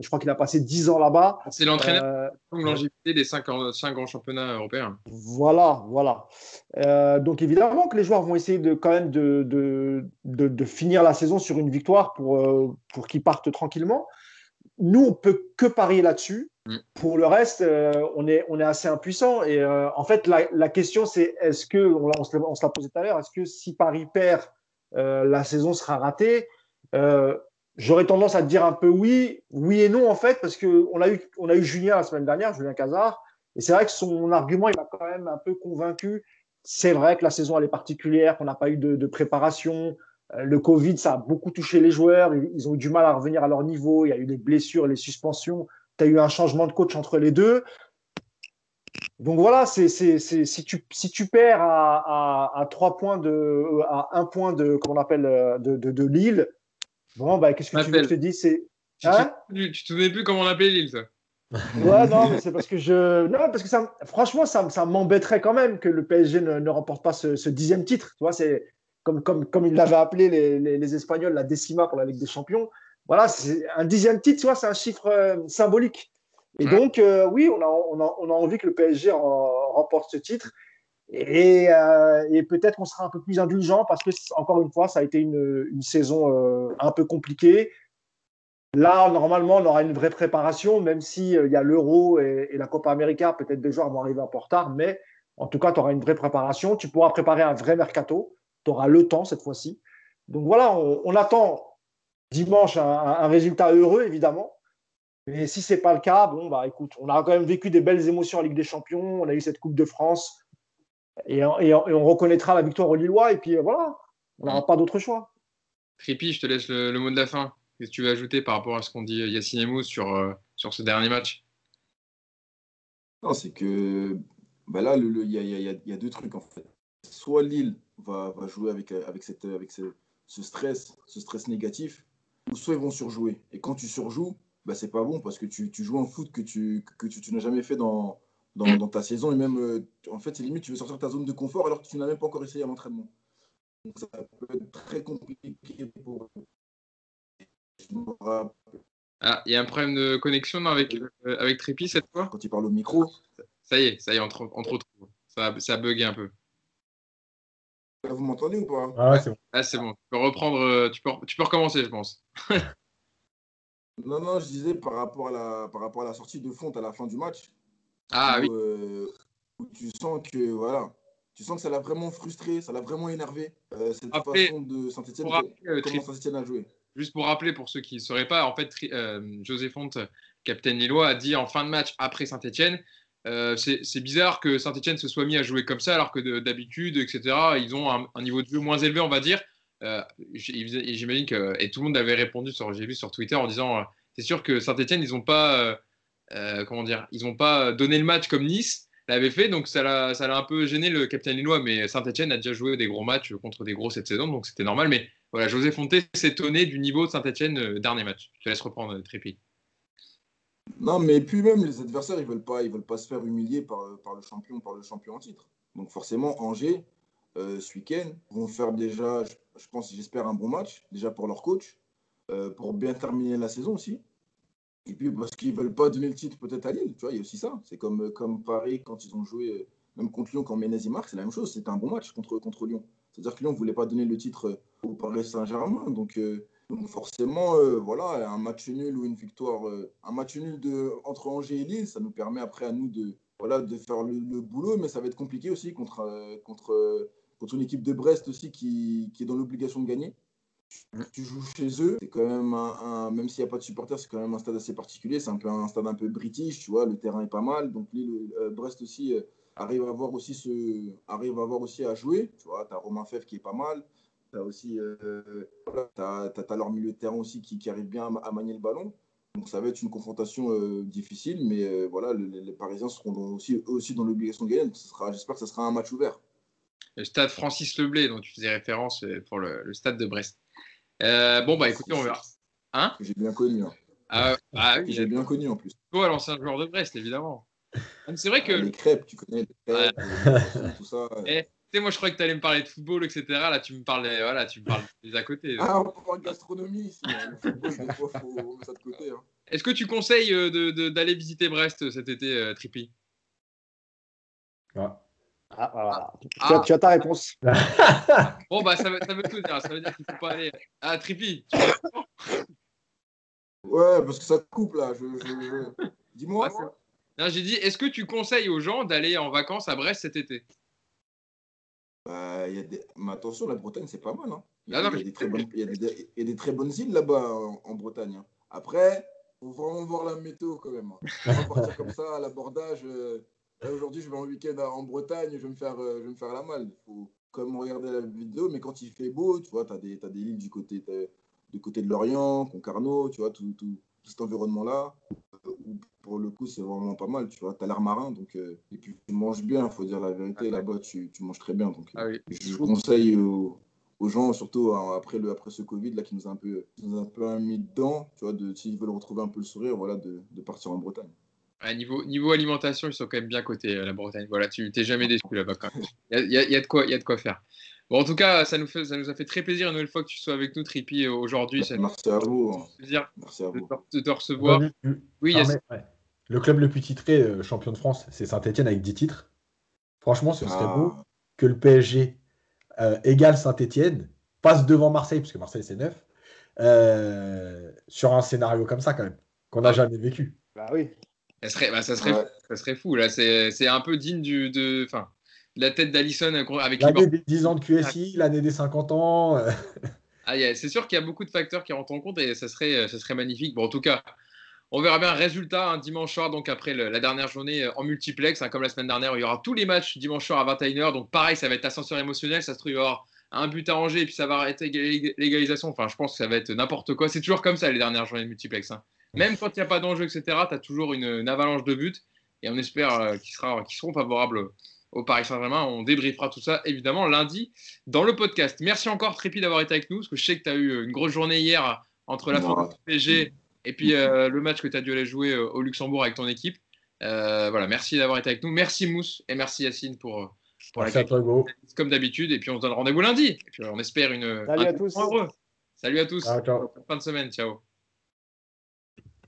Speaker 2: Je crois qu'il a passé dix ans là-bas.
Speaker 1: C'est l'entraîneur
Speaker 2: Euh,
Speaker 1: de longévité des cinq, cinq grands championnats européens.
Speaker 2: Voilà, voilà. Euh, donc évidemment que les joueurs vont essayer de quand même de, de, de, de finir la saison sur une victoire pour, euh, pour qu'ils partent tranquillement. Nous, on peut que parier là-dessus.
Speaker 1: Mm.
Speaker 2: Pour le reste, euh, on, est, on est assez impuissant. Et euh, en fait, la, la question, c'est est-ce que, on, on se, on se l'a posé tout à l'heure, est-ce que si Paris perd, euh, la saison sera ratée? euh, J'aurais tendance à te dire un peu oui, oui et non en fait, parce qu'on a eu, on a eu Julien la semaine dernière, Julien Cazard, et c'est vrai que son argument, il m'a quand même un peu convaincu. C'est vrai que la saison, elle est particulière, qu'on n'a pas eu de, de préparation. Le Covid, ça a beaucoup touché les joueurs. Ils ont eu du mal à revenir à leur niveau. Il y a eu les blessures, les suspensions. Tu as eu un changement de coach entre les deux. Donc voilà, c'est, c'est, c'est, si, tu, si tu perds à, à, à trois points de, à un point de, comment on appelle, de, de, de Lille, bon, bah, qu'est-ce que tu veux que je te dise? C'est,
Speaker 1: tu,
Speaker 2: hein
Speaker 1: tu, tu te souvenais plus comment on appelait Lille, toi?
Speaker 2: Ouais, non, mais c'est parce que je. Non, parce que ça, franchement, ça, ça m'embêterait quand même que le P S G ne, ne remporte pas ce, ce dixième titre. Tu vois, c'est comme, comme, comme ils l'avaient appelé les, les, les Espagnols, la décima pour la Ligue des Champions. Voilà, c'est un dixième titre, tu vois, c'est un chiffre euh, symbolique. Et
Speaker 1: Ouais.
Speaker 2: donc, euh, oui, on a, on, a, on a envie que le P S G en, remporte ce titre. Et, euh, et peut-être qu'on sera un peu plus indulgent parce que, encore une fois, ça a été une, une saison euh, un peu compliquée. Là, normalement, on aura une vraie préparation, même s'il euh, y a l'Euro et, et la Copa América. Peut-être des joueurs vont arriver un peu en retard, mais en tout cas, tu auras une vraie préparation. Tu pourras préparer un vrai mercato. Tu auras le temps cette fois-ci. Donc voilà, on, on attend dimanche un, un résultat heureux, évidemment. Mais si ce n'est pas le cas, bon, bah écoute, on a quand même vécu des belles émotions en Ligue des Champions. On a eu cette Coupe de France et, et, et on reconnaîtra la victoire aux Lillois. Et puis voilà, on n'aura pas d'autre choix.
Speaker 1: Tripi, je te laisse le, le mot de la fin. Qu'est-ce que tu veux ajouter par rapport à ce qu'on dit Yacine et Mousse sur, euh, sur ce dernier match?
Speaker 4: Non, c'est que bah là, il le, y, a, y, a, y a deux trucs en fait. Soit Lille va, va jouer avec, avec, cette, avec ce, ce stress, ce stress négatif, ou soit ils vont surjouer. Et quand tu surjoues, bah, c'est pas bon parce que tu, tu joues un foot que tu, que tu, tu n'as jamais fait dans, dans, dans ta saison. Et même, euh, en fait, c'est limite, tu veux sortir de ta zone de confort alors que tu n'as même pas encore essayé à l'entraînement. Donc ça peut être très compliqué pour eux.
Speaker 1: Ah, il y a un problème de connexion non, avec, euh, avec Tripi cette fois?
Speaker 4: Quand il parle au micro.
Speaker 1: Ça y est, ça y est, entre, entre autres. Ça, ça a bugué un peu.
Speaker 4: Vous m'entendez ou pas?
Speaker 3: Ah, ouais, c'est bon.
Speaker 1: Ah, c'est bon. Tu peux reprendre, tu peux, tu peux recommencer, je pense.
Speaker 4: Non, non, je disais par rapport à la, par rapport à la sortie de Fonte à la fin du match.
Speaker 1: Ah
Speaker 4: où,
Speaker 1: oui.
Speaker 4: Euh, où tu sens que voilà, tu sens que ça l'a vraiment frustré, ça l'a vraiment énervé euh, cette
Speaker 1: Après,
Speaker 4: façon de Saint-Etienne,
Speaker 1: euh,
Speaker 4: comment Saint-Etienne a joué.
Speaker 1: Juste pour rappeler pour ceux qui ne sauraient pas, en fait, euh, José Fonte, capitaine lillois, a dit en fin de match après Saint-Etienne, euh, c'est, c'est bizarre que Saint-Etienne se soit mis à jouer comme ça alors que de, d'habitude, et cetera, ils ont un, un niveau de jeu moins élevé, on va dire. Euh, et j'imagine que et tout le monde avait répondu sur, j'ai vu sur Twitter en disant, euh, c'est sûr que Saint-Etienne, ils n'ont pas, euh, euh, comment dire, ils n'ont pas donné le match comme Nice l'avait fait, donc ça l'a, ça l'a un peu gêné le capitaine lillois. Mais Saint-Etienne a déjà joué des gros matchs contre des gros cette saison, donc c'était normal. Mais voilà, José Fonte s'étonnait du niveau de Saint-Etienne euh, dernier match. Je te laisse reprendre, euh, Trépi.
Speaker 4: Non, mais puis même les adversaires, ils veulent pas, ils veulent pas se faire humilier par, par le champion, par le champion en titre. Donc forcément, Angers, euh, ce week-end, vont faire déjà, je, je pense, j'espère un bon match, déjà pour leur coach, euh, pour bien terminer la saison aussi. Et puis parce qu'ils ne veulent pas donner le titre peut-être à Lille, tu vois, il y a aussi ça. C'est comme, comme Paris quand ils ont joué, même contre Lyon, quand Menez y marque, c'est la même chose, c'était un bon match contre, contre Lyon. C'est-à-dire que Lyon ne voulait pas donner le titre au Paris Saint-Germain. Donc, euh, donc forcément, euh, voilà, un match nul ou une victoire, euh, un match nul de, entre Angers et Lille, ça nous permet après à nous de, voilà, de faire le, le boulot, mais ça va être compliqué aussi contre, euh, contre, euh, contre une équipe de Brest aussi qui, qui est dans l'obligation de gagner. Tu joues chez eux, c'est quand même un, un même s'il n'y a pas de supporters, c'est quand même un stade assez particulier, c'est un peu un stade un peu british, tu vois, le terrain est pas mal, donc Lille, euh, Brest aussi euh, arrive à avoir aussi ce, arrive à avoir aussi à jouer, tu vois, t'as Romain Fèvre qui est pas mal, t'as aussi, euh, voilà, t'as, t'as, t'as leur milieu de terrain aussi qui, qui arrive bien à, à manier le ballon, donc ça va être une confrontation euh, difficile, mais euh, voilà, le, les Parisiens seront dans, aussi eux aussi dans l'obligation de gagner, donc ce sera, j'espère que ce sera un match ouvert.
Speaker 1: Le stade Francis Leblay, dont tu faisais référence pour le, le stade de Brest. Euh, bon, bah écoutez, on verra. Hein?
Speaker 4: Que j'ai bien connu. Hein.
Speaker 1: Ah, ah oui,
Speaker 4: que j'ai bien connu en plus.
Speaker 1: Toi, l'ancien joueur de Brest, évidemment. C'est vrai que.
Speaker 4: Ah, les crêpes, tu connais, les crêpes,
Speaker 1: ouais.
Speaker 4: les poissons, tout ça.
Speaker 1: Et sais, moi, je croyais que tu allais me parler de football, et cetera. Là, tu me parles, voilà, tu me parles des à côté.
Speaker 4: Ah, on parle de gastronomie ici. Hein. Le football, des fois, il faut mettre ça de côté. Hein.
Speaker 1: Est-ce que tu conseilles euh, de, de, d'aller visiter Brest cet été, euh, Trippy?
Speaker 3: Ouais.
Speaker 2: Ah, voilà.
Speaker 1: Ah.
Speaker 2: Tu, as, tu as ta réponse.
Speaker 1: Bon, bah, ça veut, ça veut tout dire. Ça veut dire qu'il ne faut pas aller. Ah, Trippy, tu vois.
Speaker 4: Ouais, parce que ça coupe là. Je, je, je... Dis-moi.
Speaker 1: Ah, non, j'ai dit, est-ce que tu conseilles aux gens d'aller en vacances à Brest cet été?
Speaker 4: Bah, y a des... Mais attention, la Bretagne, c'est pas mal. Hein. Il y a,
Speaker 1: Ah, non,
Speaker 4: il y a
Speaker 1: mais...
Speaker 4: des très bonnes, il y a des, il y a des très bonnes îles là-bas en, en Bretagne. Hein. Après, il faut vraiment voir la météo quand même. Hein. On va partir comme ça à l'abordage. Euh... Là, aujourd'hui, je vais en week-end en Bretagne, je vais me faire, euh, je vais me faire la malle. Il faut quand même regarder la vidéo, mais quand il fait beau, tu vois, tu as des, t'as des îles du côté de, du côté de l'Orient, Concarneau, tu vois, tout, tout, tout cet environnement-là. Où pour le coup, c'est vraiment pas mal. Tu vois, tu as l'air marin, donc, euh, et puis tu manges bien, il faut dire la vérité.
Speaker 1: Ah,
Speaker 4: là-bas, tu, tu manges très bien. Donc,
Speaker 1: ah, oui.
Speaker 4: je conseille aux, aux gens, surtout hein, après, le, après ce Covid là, qui nous a un peu, nous a un peu mis dedans, tu vois, de, s'ils veulent retrouver un peu le sourire, voilà, de, de partir en Bretagne.
Speaker 1: Ouais, niveau, niveau alimentation, ils sont quand même bien cotés, euh, la Bretagne. Voilà, tu t'es jamais déçu là-bas quand même. Il y a, y, a, y, a de quoi, y a de quoi faire. Bon, en tout cas, ça nous, fait, ça nous a fait très plaisir une nouvelle fois que tu sois avec nous, Trippy, aujourd'hui. Ça
Speaker 4: Merci à vous.
Speaker 1: nous fait plaisir
Speaker 4: Merci à vous.
Speaker 1: de, de te recevoir.
Speaker 3: Oui, yes. ouais. Le club le plus titré, euh, champion de France, c'est Saint-Etienne avec dix titres. Franchement, ce serait ah. beau que le P S G euh, égale Saint-Etienne, passe devant Marseille, parce que Marseille c'est neuf, euh, sur un scénario comme ça quand même, qu'on n'a ah. jamais vécu.
Speaker 2: Bah oui.
Speaker 1: Ça serait, bah, ça serait, ouais. ça serait fou. Là, c'est, c'est un peu digne du, de, enfin, de la tête d'Alisson avec
Speaker 3: l'année des dix ans de Q S I, l'année des cinquante ans. Euh...
Speaker 1: Ah, yeah, c'est sûr qu'il y a beaucoup de facteurs qui rentrent en compte et ça serait, ça serait magnifique. Bon, en tout cas, on verra bien le résultat hein, dimanche soir, donc après le, la dernière journée en multiplex, hein, comme la semaine dernière, où il y aura tous les matchs dimanche soir à vingt et une heures. Donc pareil, ça va être ascenseur émotionnel. Ça se trouve, il va y avoir un but à Angers et puis ça va arrêter l'égalisation. Enfin, je pense que ça va être n'importe quoi. C'est toujours comme ça les dernières journées de multiplex. Hein. Même quand il n'y a pas d'enjeu, et cetera, tu as toujours une, une avalanche de buts et on espère euh, qu'ils, sera, qu'ils seront favorables au Paris Saint-Germain. On débriefera tout ça évidemment lundi dans le podcast. Merci encore Trippy d'avoir été avec nous parce que je sais que tu as eu une grosse journée hier entre la fin du P S G et puis euh, le match que tu as dû aller jouer euh, au Luxembourg avec ton équipe. Euh, voilà, merci d'avoir été avec nous. Merci Mousse et merci Yacine pour, pour
Speaker 3: la toi,
Speaker 1: comme d'habitude. Et puis on se donne rendez-vous lundi. Et puis on espère une.
Speaker 2: Salut
Speaker 1: un
Speaker 2: à tous.
Speaker 1: Heureux. Salut à tous.
Speaker 3: Ciao, ciao.
Speaker 1: Fin de semaine. Ciao.